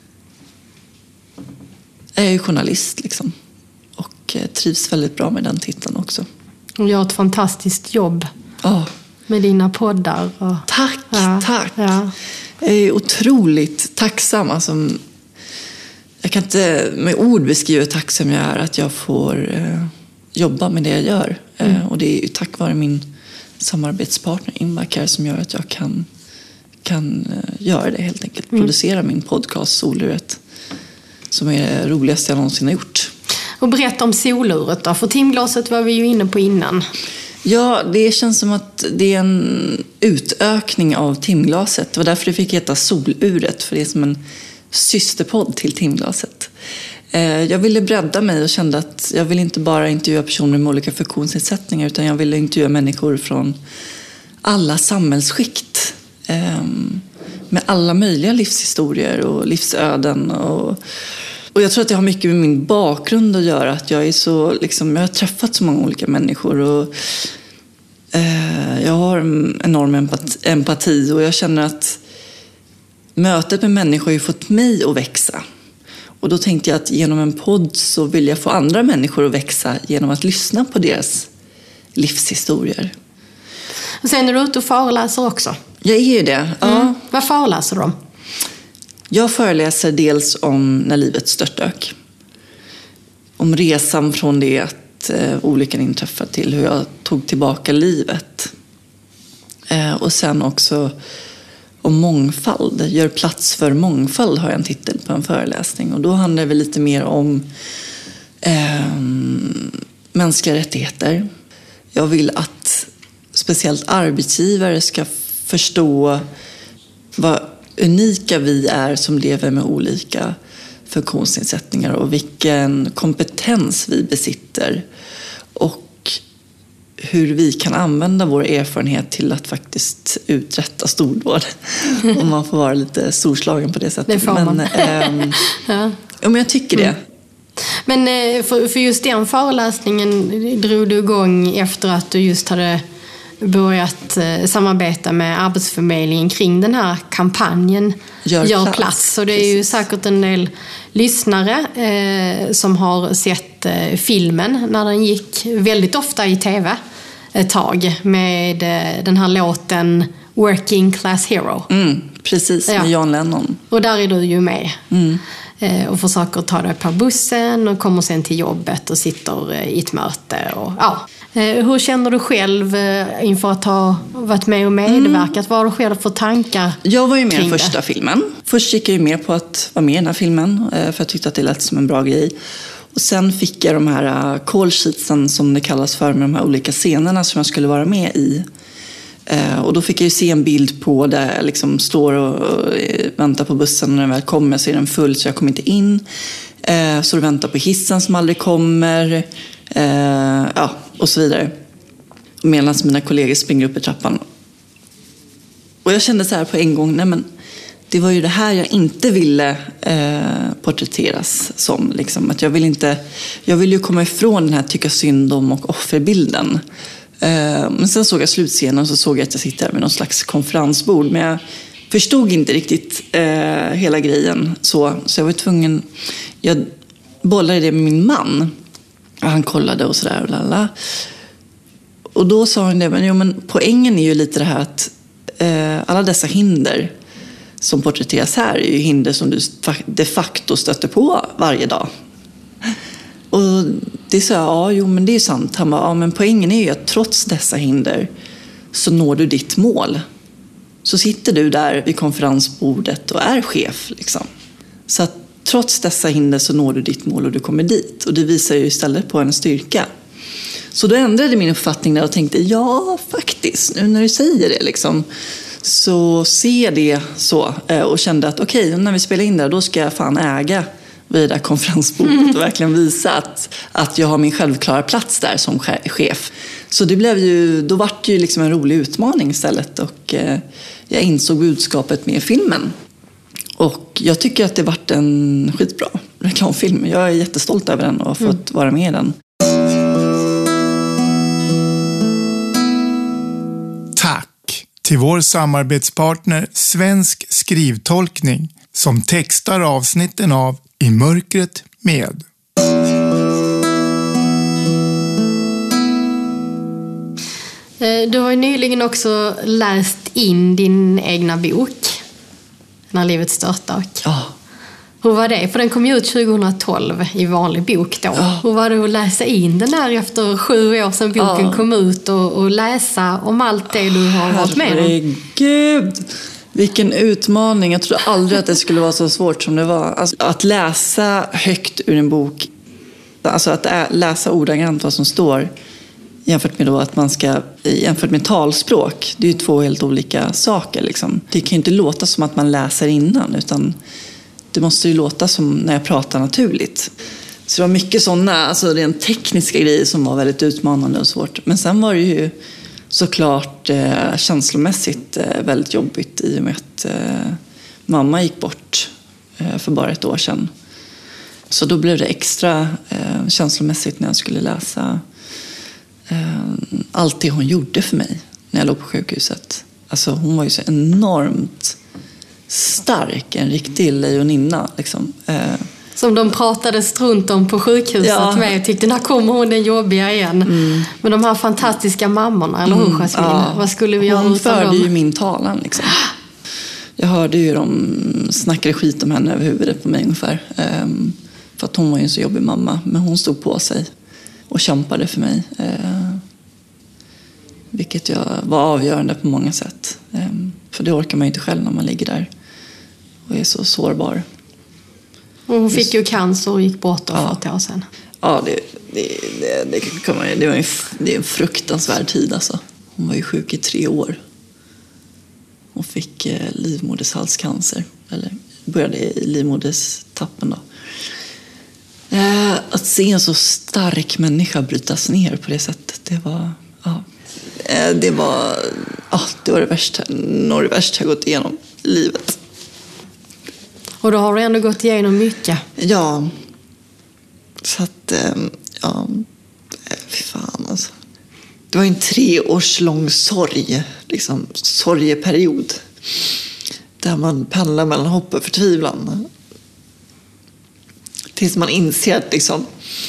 Jag är ju journalist liksom. Och trivs väldigt bra med den titeln också.
Och gör ett fantastiskt jobb
oh.
med dina poddar. Och...
Tack,
ja,
tack.
Ja.
Jag är otroligt tacksam. Alltså, jag kan inte med ord beskriva hur tacksam jag är att jag får eh, jobba med det jag gör. Mm. Eh, och det är ju tack vare min samarbetspartner Invacare som gör att jag kan, kan eh, göra det helt enkelt. Mm. Producera min podcast Soluret. Som är det roligaste jag någonsin har gjort.
Och berätta om soluret då. För timglaset var vi ju inne på innan.
Ja, det känns som att det är en utökning av timglaset. Det var därför det fick heta Soluret, för det är som en systerpodd till timglaset. Jag ville bredda mig och kände att jag ville inte bara intervjua personer med olika funktionsnedsättningar, utan jag ville intervjua människor från alla samhällsskikt. Med alla möjliga livshistorier och livsöden. Och, och jag tror att det har mycket med min bakgrund att göra. Att jag, är så, liksom, jag har träffat så många olika människor. Och, eh, jag har en enorm empati, empati och jag känner att mötet med människor har ju fått mig att växa. Och då tänkte jag att genom en podd så vill jag få andra människor att växa genom att lyssna på deras livshistorier.
Och sen är du ute och föreläser också.
Jag är ju det, ja.
Mm. Vad föreläser du om?
Jag föreläser dels om när livet störtdök. Om resan från det att eh, olyckan inträffade till hur jag tog tillbaka livet. Eh, och sen också om mångfald. Gör plats för mångfald har jag en titel på en föreläsning. Och då handlar det lite mer om eh, mänskliga rättigheter. Jag vill att speciellt arbetsgivare ska förstå vad unika vi är som lever med olika funktionsnedsättningar och vilken kompetens vi besitter och hur vi kan använda vår erfarenhet till att faktiskt uträtta stordåd. Om man får vara lite storslagen på det sättet.
Det får man.
Men, ähm, ja. ja, men jag tycker det.
Mm. Men för, för just den föreläsningen drog du igång efter att du just hade börjat eh, samarbeta med Arbetsförmedlingen kring den här kampanjen Gör, Gör plats. plats. Så det är Precis. ju säkert en del lyssnare eh, som har sett eh, filmen när den gick väldigt ofta i tv ett tag med eh, den här låten Working Class Hero.
Mm, precis, med ja. John Lennon.
Och där är du ju med.
Mm.
Eh, och försöker ta dig på bussen och kommer sen till jobbet och sitter eh, i ett möte. Och, ja. Hur känner du själv inför att ha varit med och medverkat? Mm. Vad har du själv för tankar?
Jag var ju med i
det?
första filmen. Först gick jag ju med på att vara med i den här filmen, för jag tyckte att det lät som en bra grej. Och sen fick jag de här call sheetsen som det kallas för, med de här olika scenerna som jag skulle vara med i. Och då fick jag ju se en bild på där jag liksom står och väntar på bussen, och när den väl kommer så är den full så jag kommer inte in. Så du väntar på hissen som aldrig kommer. Ja, och så vidare. Medan mina kollegor springer upp i trappan. Och jag kände så här på en gång, nej men det var ju det här jag inte ville eh, porträtteras som. Liksom. Att jag vill inte, jag vill ju komma ifrån den här tycka synd om och offerbilden. Eh, men sen såg jag slutscenen och så såg jag att jag sitter här med någon slags konferensbord. Men jag förstod inte riktigt eh, hela grejen. Så, så jag var tvungen, jag bollade det med min man. Och han kollade och sådär och lalla. Och då sa han det, men, jo, men poängen är ju lite det här att eh, alla dessa hinder som porträtteras här är ju hinder som du de facto stöter på varje dag. Och det sa jag, ja, jo men det är sant. Han bara, ja men poängen är ju att trots dessa hinder så når du ditt mål. Så sitter du där vid konferensbordet och är chef liksom. Så att trots dessa hinder så når du ditt mål och du kommer dit. Och det visar ju istället på en styrka. Så då ändrade min uppfattning där och tänkte, ja faktiskt, nu när du säger det liksom, så ser det så. Och kände att okej, okay, när vi spelar in där, då ska jag fan äga vid det där konferensbordet och verkligen visa att, att jag har min självklara plats där som chef. Så det blev ju, då var det ju liksom en rolig utmaning istället. Och eh, jag insåg budskapet med filmen. Och jag tycker att det varit en skitbra reklamfilm. Jag är jättestolt över den och har fått mm. vara med i den.
Tack till vår samarbetspartner Svensk skrivtolkning som textar avsnitten av I mörkret med.
Du har ju nyligen också läst in din egna bok När livet störtdök.
Ja.
Hur var det? För den kom ju ut tjugohundratolv i vanlig bok då. Ja. Hur var det att läsa in den där efter sju år sedan boken ja. kom ut och, och läsa om allt det du har varit med om?
Herregud! Vilken utmaning. Jag trodde aldrig att det skulle vara så svårt som det var. Alltså, att läsa högt ur en bok, alltså att läsa ordagrant vad som står, Jämfört med då att man ska, jämfört med talspråk, det är ju två helt olika saker liksom. Det kan ju inte låta som att man läser innan, utan det måste ju låta som när jag pratar naturligt. Så det var mycket sådana, alltså rent tekniska grejer som var väldigt utmanande och svårt. Men sen var det ju såklart eh, känslomässigt eh, väldigt jobbigt i och med att eh, mamma gick bort eh, för bara ett år sedan. Så då blev det extra eh, känslomässigt när jag skulle läsa eh, allt det hon gjorde för mig när jag låg på sjukhuset. Alltså hon var ju så enormt stark, en riktig lejoninna liksom. Eh,
Som de pratade runt om på sjukhuset ja. med och tyckte, när kommer hon den jobbiga igen? Mm. Men de här fantastiska mammorna, eller hur mm, Jasmine? Ja. Vad skulle vi göra
hon
utan
förde
dem?
Ju min talan liksom. Jag hörde ju de snackade skit om henne över huvudet på mig ungefär. Um, för att hon var ju en så jobbig mamma. Men hon stod på sig och kämpade för mig. Uh, vilket jag var avgörande på många sätt. Um, för det orkar man ju inte själv när man ligger där och är så sårbar.
Och hon fick ju cancer och gick bort för
ja.
ett år sedan.
Ja, det, det, det, det, kan man, det var en, det är en fruktansvärd tid alltså. Hon var ju sjuk i tre år. Hon fick eh, livmodershalscancer. Eller började i livmoderstappen då. Eh, att se en så stark människa brytas ner på det sättet, det var... Ja, eh, det var, ja, det var det värsta, nog det värsta jag gått igenom i livet.
Och då har du ändå gått igenom mycket.
Ja. Så att, ja, fy fan alltså. Det var en tre års lång sorg, liksom, sorgeperiod. Där man pendlar mellan hopp och förtvivlan. Tills man inser att liksom,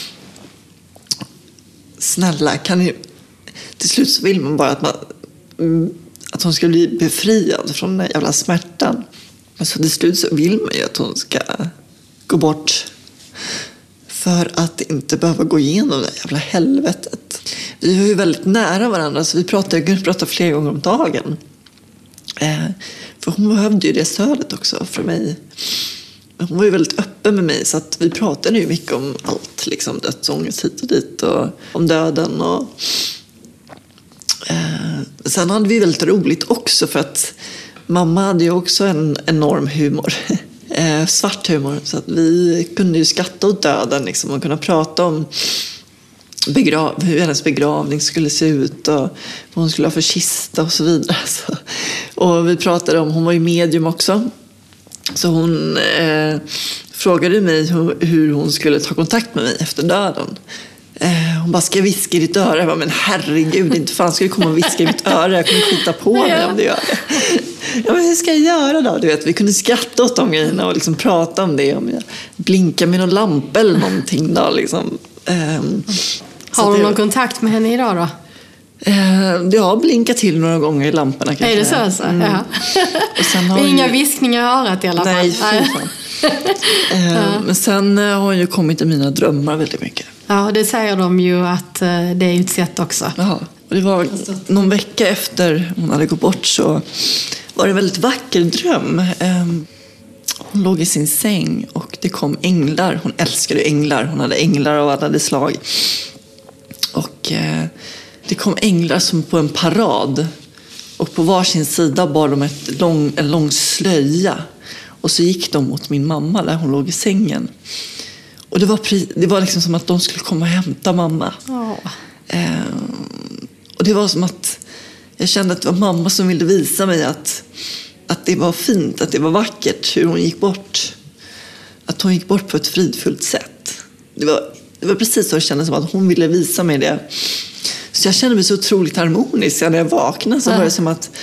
snälla, kan ni... Till slut så vill man bara att man, att hon ska bli befriad från den jävla smärtan. Så till slut så vill man ju att hon ska gå bort för att inte behöva gå igenom det jävla helvetet. Vi var ju väldigt nära varandra, så vi pratade, jag kunde prata flera gånger om dagen. Eh, för hon behövde ju det stödet också för mig. Hon var ju väldigt öppen med mig, så att vi pratade ju mycket om allt. Liksom dödsångest hit och dit och om döden. Och, eh, sen hade vi väldigt roligt också för att mamma hade ju också en enorm humor, eh, svart humor, så att vi kunde ju skratta åt döden liksom, och kunna prata om begrav- hur hennes begravning skulle se ut och vad hon skulle ha för kista och så vidare. Så, och vi pratade om, hon var ju medium också, så hon eh, frågade mig hur, hur hon skulle ta kontakt med mig efter döden. Hon bara, ska jag viska i ditt öra? Jag bara, men herregud, inte fan ska du komma och viska i mitt öra. Jag kommer skita på mig om du gör det. Ja, men hur ska jag göra då? Du vet, vi kunde skratta åt de grejerna och liksom prata om det. Om jag blinkar med någon lampa eller någonting då. Liksom. Um,
har du
det,
någon kontakt med henne idag då?
Uh, jag har blinkat till några gånger i lamporna.
Är det så alltså? Mm. Ja.
Och sen har
inga
ju...
viskningar i örat i alla fall.
Nej, fy fan. uh, ja. Men sen har hon ju kommit i mina drömmar väldigt mycket.
Ja, det säger de ju att det är ett sätt också.
Jaha. Och det var någon vecka efter hon hade gått bort, så var det en väldigt vacker dröm. Hon låg i sin säng och det kom änglar. Hon älskade änglar. Hon hade änglar av alla slag. Och det kom änglar som på en parad. Och på varsin sida bar de ett lång, en lång slöja. Och så gick de mot min mamma där hon låg i sängen. Och det var, det var liksom som att de skulle komma och hämta mamma.
Oh.
Eh, och det var som att jag kände att det var mamma som ville visa mig att, att det var fint, att det var vackert hur hon gick bort. Att hon gick bort på ett fridfullt sätt. Det var, det var precis så jag kände, som att hon ville visa mig det. Så jag kände mig så otroligt harmonisk när jag vaknade. Så var det som att,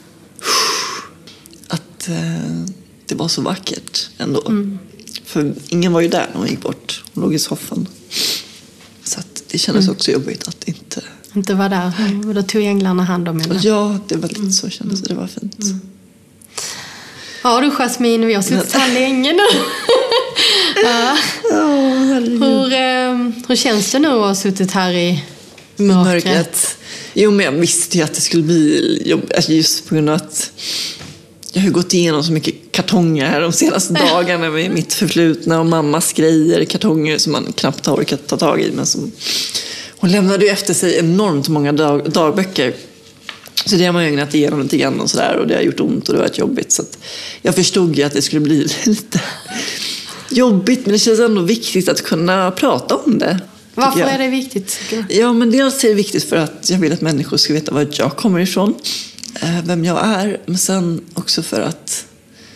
att eh, det var så vackert ändå. Mm. För ingen var ju där när hon gick bort. Hon låg i soffan. Så att det kändes mm. också jobbigt att inte...
Inte vara där. Mm. Och då tog änglarna hand om henne.
Ja, det var lite mm. så kändes det. Det var fint. Mm.
Ja du Jasmine, vi har suttit här länge nu. Ja.
Oh,
hur, eh, hur känns det nu att ha suttit här i mörkret? mörkret?
Jo, men jag visste ju att det skulle bli jobbigt. Just på grund av att jag har gått igenom så mycket kartonger här de senaste dagarna med mitt förflutna och mammas grejer, kartonger som man knappt har orkat ta tag i, men som hon lämnade ju efter sig enormt många dag, dagböcker. Så det har man ju ägnat igenom lite grann och sådär. Och det har gjort ont och det har varit jobbigt. Så att jag förstod ju att det skulle bli lite jobbigt. Men det känns ändå viktigt att kunna prata om det.
Varför är det viktigt?
Ja, men dels är det viktigt för att jag vill att människor ska veta var jag kommer ifrån. Vem jag är. Men sen också för att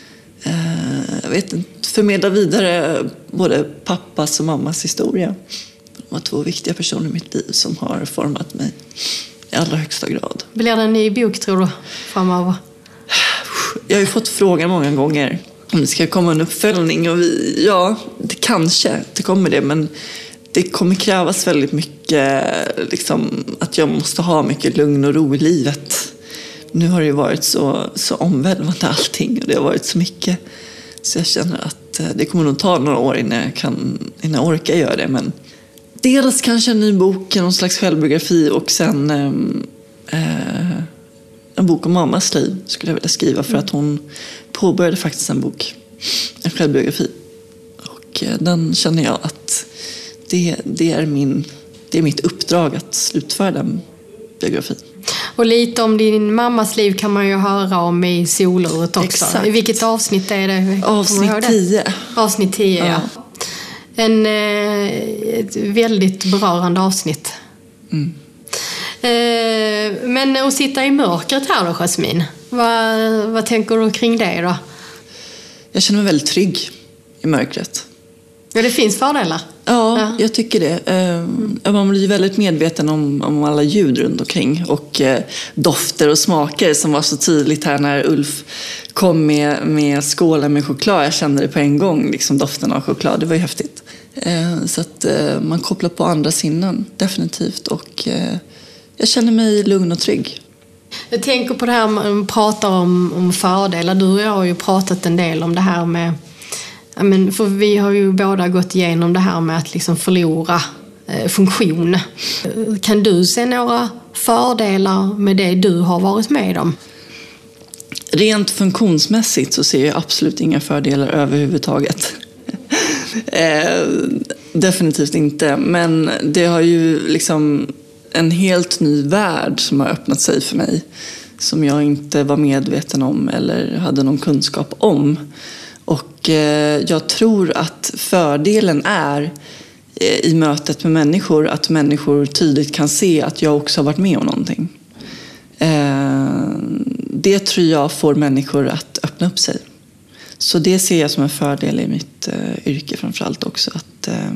jag vet inte, förmedla vidare både pappas och mammas historia. De var två viktiga personer i mitt liv som har format mig i allra högsta grad.
Blir det en ny bok, tror du, framöver?
Jag har ju fått frågan många gånger om det ska komma en uppföljning. Och vi, ja, det kanske det kommer det, men det kommer krävas väldigt mycket, liksom, att jag måste ha mycket lugn och ro i livet. Nu har det ju varit så, så omvälvande allting, och det har varit så mycket. Så jag känner att det kommer nog ta några år innan jag, kan, innan jag orkar göra det. Men dels kanske en ny bok, någon slags självbiografi, och sen eh, en bok om mammas liv skulle jag vilja skriva. För att hon påbörjade faktiskt en bok, en självbiografi. Och eh, den känner jag att det, det, är min, det är mitt uppdrag att slutföra den biografin.
Och lite om din mammas liv kan man ju höra om i Soluret också.
Exakt.
I vilket avsnitt är det?
Avsnitt tio.
Avsnitt tio, ja. ja. En, ett väldigt berörande avsnitt.
Mm.
Eh, men att sitta i mörkret här då, Jasmin. Vad, vad tänker du kring det då?
Jag känner mig väldigt trygg i mörkret.
Ja, det finns fördelar.
Ja,
ja.
jag tycker det. Mm. Man blir väldigt medveten om, om alla ljud runt omkring. Och eh, dofter och smaker som var så tydligt här när Ulf kom med, med skålen med choklad. Jag kände det på en gång, liksom doften av choklad. Det var ju häftigt. Eh, så att eh, man kopplar på andra sinnen, definitivt. Och eh, jag känner mig lugn och trygg.
Jag tänker på det här man pratar om, om fördelar. Du och jag har ju pratat en del om det här med... Ja, men för vi har ju båda gått igenom det här med att liksom förlora eh, funktion. Kan du se några fördelar med det du har varit med om?
Rent funktionsmässigt så ser jag absolut inga fördelar överhuvudtaget. eh, definitivt inte. Men det har ju liksom en helt ny värld som har öppnat sig för mig. Som jag inte var medveten om eller hade någon kunskap om. Och eh, jag tror att fördelen är eh, i mötet med människor att människor tydligt kan se att jag också har varit med om någonting. Eh, det tror jag får människor att öppna upp sig. Så det ser jag som en fördel i mitt eh, yrke framförallt också. Att eh,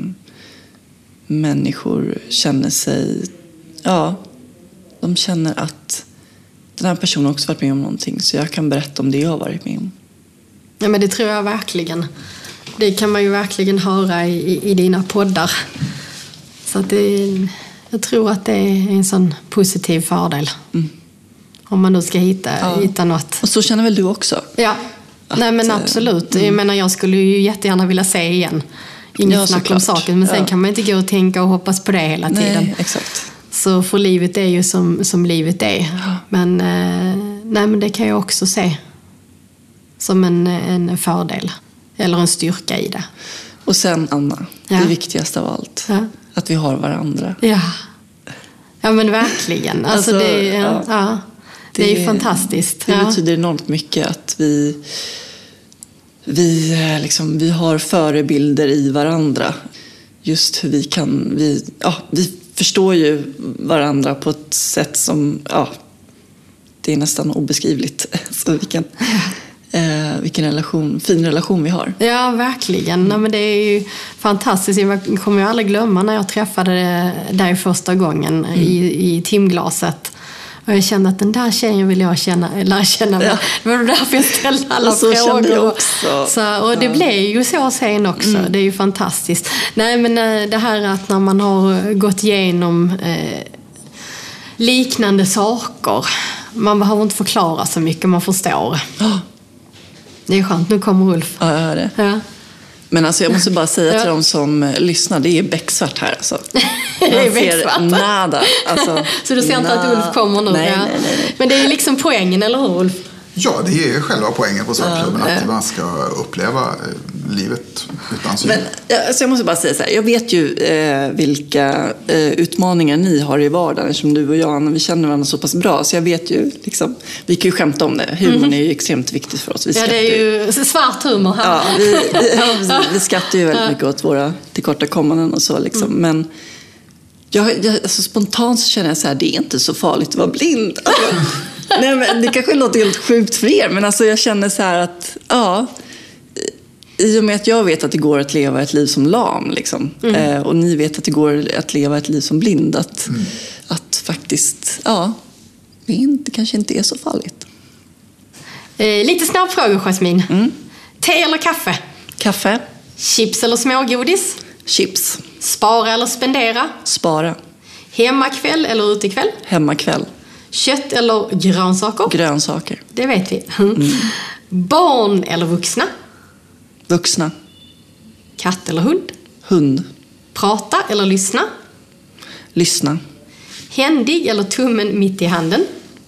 människor känner sig, ja, de känner att den här personen också varit med om någonting. Så jag kan berätta om det jag har varit med om.
Ja, men det tror jag verkligen. Det kan man ju verkligen höra i, i, i dina poddar. Så att det, jag tror att det är en sån positiv fördel. Mm. Om man nu ska hitta, ja. hitta något.
Och så känner väl du också?
Ja, att, nej men absolut. Mm. Jag menar, jag skulle ju jättegärna vilja se igen. Inget ja, snack om saken. Men sen ja. kan man inte gå och tänka och hoppas på det hela tiden.
Nej, exakt.
Så för livet är ju som, som livet är. Ja. Men, eh, nej, men det kan jag också se som en, en fördel. Eller en styrka i det.
Och sen, Anna, ja. det viktigaste av allt. Ja. Att vi har varandra.
Ja, ja men verkligen. Alltså, alltså, det, ja, ja, det, det är ju fantastiskt.
Det
ja.
betyder enormt mycket att vi, vi, liksom, vi har förebilder i varandra. Just hur vi kan... Vi, ja, vi förstår ju varandra på ett sätt som... Ja, det är nästan obeskrivligt. Så vi kan... Eh, vilken relation, fin relation vi har.
Ja, verkligen. Mm. Ja, men det är ju fantastiskt. Jag kommer ju aldrig glömma när jag träffade dig första gången mm. i, i timglaset. Och jag kände att den där tjejen vill jag känna, lära känna. Ja. Det var därför jag ställde alla
och så
frågor.
Jag också.
Så, och det ja. blev ju så sen också. Mm. Det är ju fantastiskt. Nej, men det här att när man har gått igenom eh, liknande saker. Man behöver inte förklara så mycket, man förstår. Oh. Det är skönt, nu kommer Ulf.
Ja, jag hör det.
Ja.
Men alltså jag måste bara säga till ja. de som lyssnar, det är becksvart här alltså.
Det är becksvart.
Nada. Alltså,
så du ser inte att Ulf kommer nu?
Nej,
ja.
nej, nej, nej.
Men det är ju liksom poängen, eller hur Ulf?
Ja, det är själva poängen på Svartklubben. Ja. Att man ska uppleva livet utan syre.
Men, alltså jag måste bara säga så här, jag vet ju eh, vilka eh, utmaningar ni har i vardagen som du och jag, när vi känner varandra så pass bra, så jag vet ju liksom, vi kan ju skämta om det. Humorn mm. är ju extremt viktigt för oss. Vi
ja, det är ju svart humor här.
Ja, vi, ja, vi, vi skrattar ju väldigt mycket åt våra tillkortakommanden och så liksom, mm. men jag, jag, alltså, spontant så känner jag så här, det är inte så farligt att vara blind. Alltså, nej, men det kanske låter helt sjukt för er, men alltså jag känner så här att ja, i och med att jag vet att det går att leva ett liv som lam liksom, mm. eh, och ni vet att det går att leva ett liv som blind, att, mm. att faktiskt, ja, det inte, kanske inte är så farligt.
Eh, lite snabb fråga, Jasmin.
Mm.
Te eller kaffe?
Kaffe.
Chips eller smågodis?
Chips.
Spara eller spendera?
Spara.
Hemmakväll eller utekväll?
Hemmakväll.
Kött eller grönsaker?
Grönsaker.
Det vet vi. Mm. Barn eller vuxna?
Vuxna.
Katt eller hund?
Hund.
Prata eller lyssna?
Lyssna.
Händig eller tummen mitt i handen?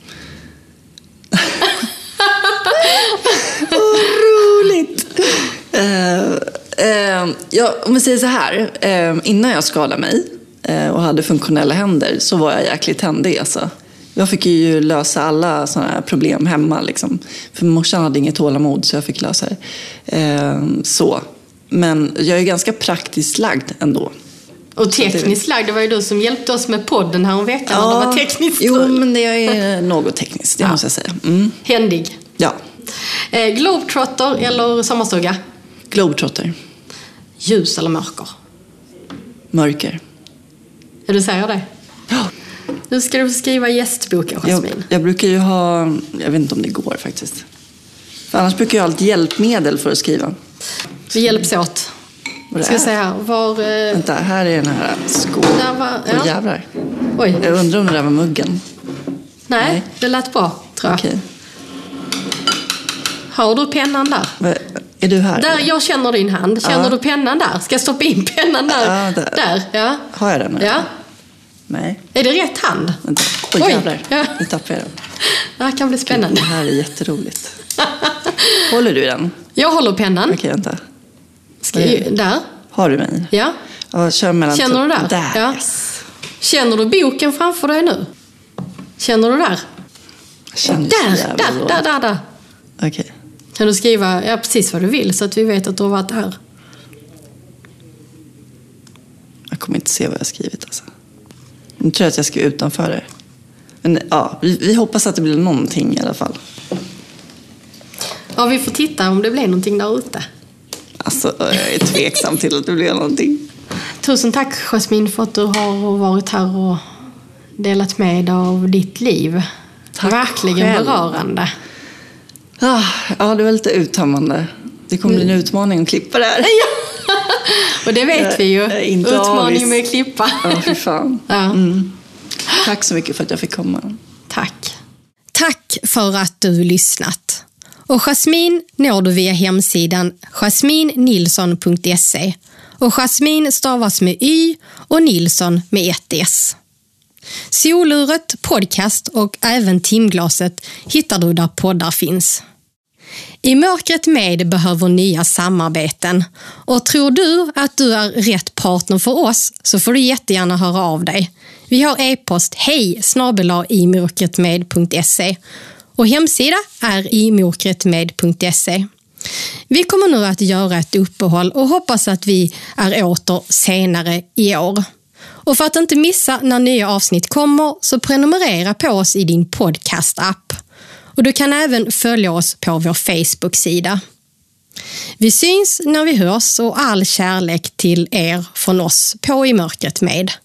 Vad roligt! Uh, uh, ja, om vi säger så här. Uh, innan jag skadade mig uh, och hade funktionella händer så var jag jäkligt händig. Alltså. Jag fick ju lösa alla sådana här problem hemma. Liksom. För morsan hade inget tålamod så jag fick lösa det. Uh, så. Men jag är ganska praktiskt lagd ändå.
Och tekniskt lagd, det var ju du som hjälpte oss med podden här om veckan.
Ja,
det var tekniskt.
Jo, men det är något tekniskt, det ja. måste jag säga. Mm.
Händig.
Ja.
Eh, Globetrotter eller sommarstuga?
Globetrotter.
Ljus eller mörker?
Mörker.
Ja, du säger det?
Ja.
Nu ska du skriva gästboken, Jasmin.
Jag, jag brukar ju ha, jag vet inte om det går faktiskt. För annars brukar jag ha ett hjälpmedel för att skriva.
Vi hjälps åt. Ska jag säga här, var... Eh...
Vänta, här är den här skålen.
Där var, ja.
Åh, jävlar.
Oj.
Jag undrar om det där var muggen.
Nej, Nej. det lät bra, tror jag.
Okej.
Har du pennan där?
Är du här?
Där, jag känner din hand. Känner ja. du pennan där? Ska jag stoppa in pennan där?
Ja, där.
där. Ja.
Har jag den? Här?
Ja.
Nej.
Är det rätt hand?
Vänta. Oj,
Oj.
jävlar.
Ja.
Nu tappar jag den.
Det här kan bli spännande.
Det här är jätteroligt. Håller du den?
Jag håller pennan.
Okej, vänta.
Ska jag, där.
Har du mig?
Ja.
Ja, kör mellan
Känner du där?
Där,
ja.
yes.
Känner du boken framför dig nu? Känner du där?
Känner
där, där, där, där, där.
Okej. Okay.
Kan du skriva ja, precis vad du vill så att vi vet att du har varit här?
Jag kommer inte se vad jag har skrivit alltså. Nu tror jag att jag ska utanför det. Men ja, vi, vi hoppas att det blir någonting i alla fall.
Ja, vi får titta om det blir någonting där ute.
Alltså, jag är tveksam till att det blir någonting.
Tusen tack, Jasmin, för att du har varit här och delat med dig av ditt liv.
Tack
Verkligen
själv.
Berörande.
Ah, ja, det var lite uttömmande. Det kommer bli en utmaning att klippa det här.
Ja. Och det vet vi ju. Utmaning med att klippa.
Ja, för fan.
Ja.
Mm. Tack så mycket för att jag fick komma.
Tack. Tack för att du lyssnat. Och Jasmin når du via hemsidan jasmin nilsson punkt se. Och Jasmin stavas med Y och Nilsson med ett S. Soluret, podcast och även timglaset hittar du där poddar finns. I mörkret med behöver nya samarbeten. Och tror du att du är rätt partner för oss så får du jättegärna höra av dig. Vi har e-post hej snabel-a imörkretmed punkt se och hemsida är imörkretmed punkt se. Vi kommer nu att göra ett uppehåll och hoppas att vi är åter senare i år. Och för att inte missa när nya avsnitt kommer så prenumerera på oss i din podcast-app. Och du kan även följa oss på vår Facebook-sida. Vi syns när vi hörs och all kärlek till er från oss på I mörkret med.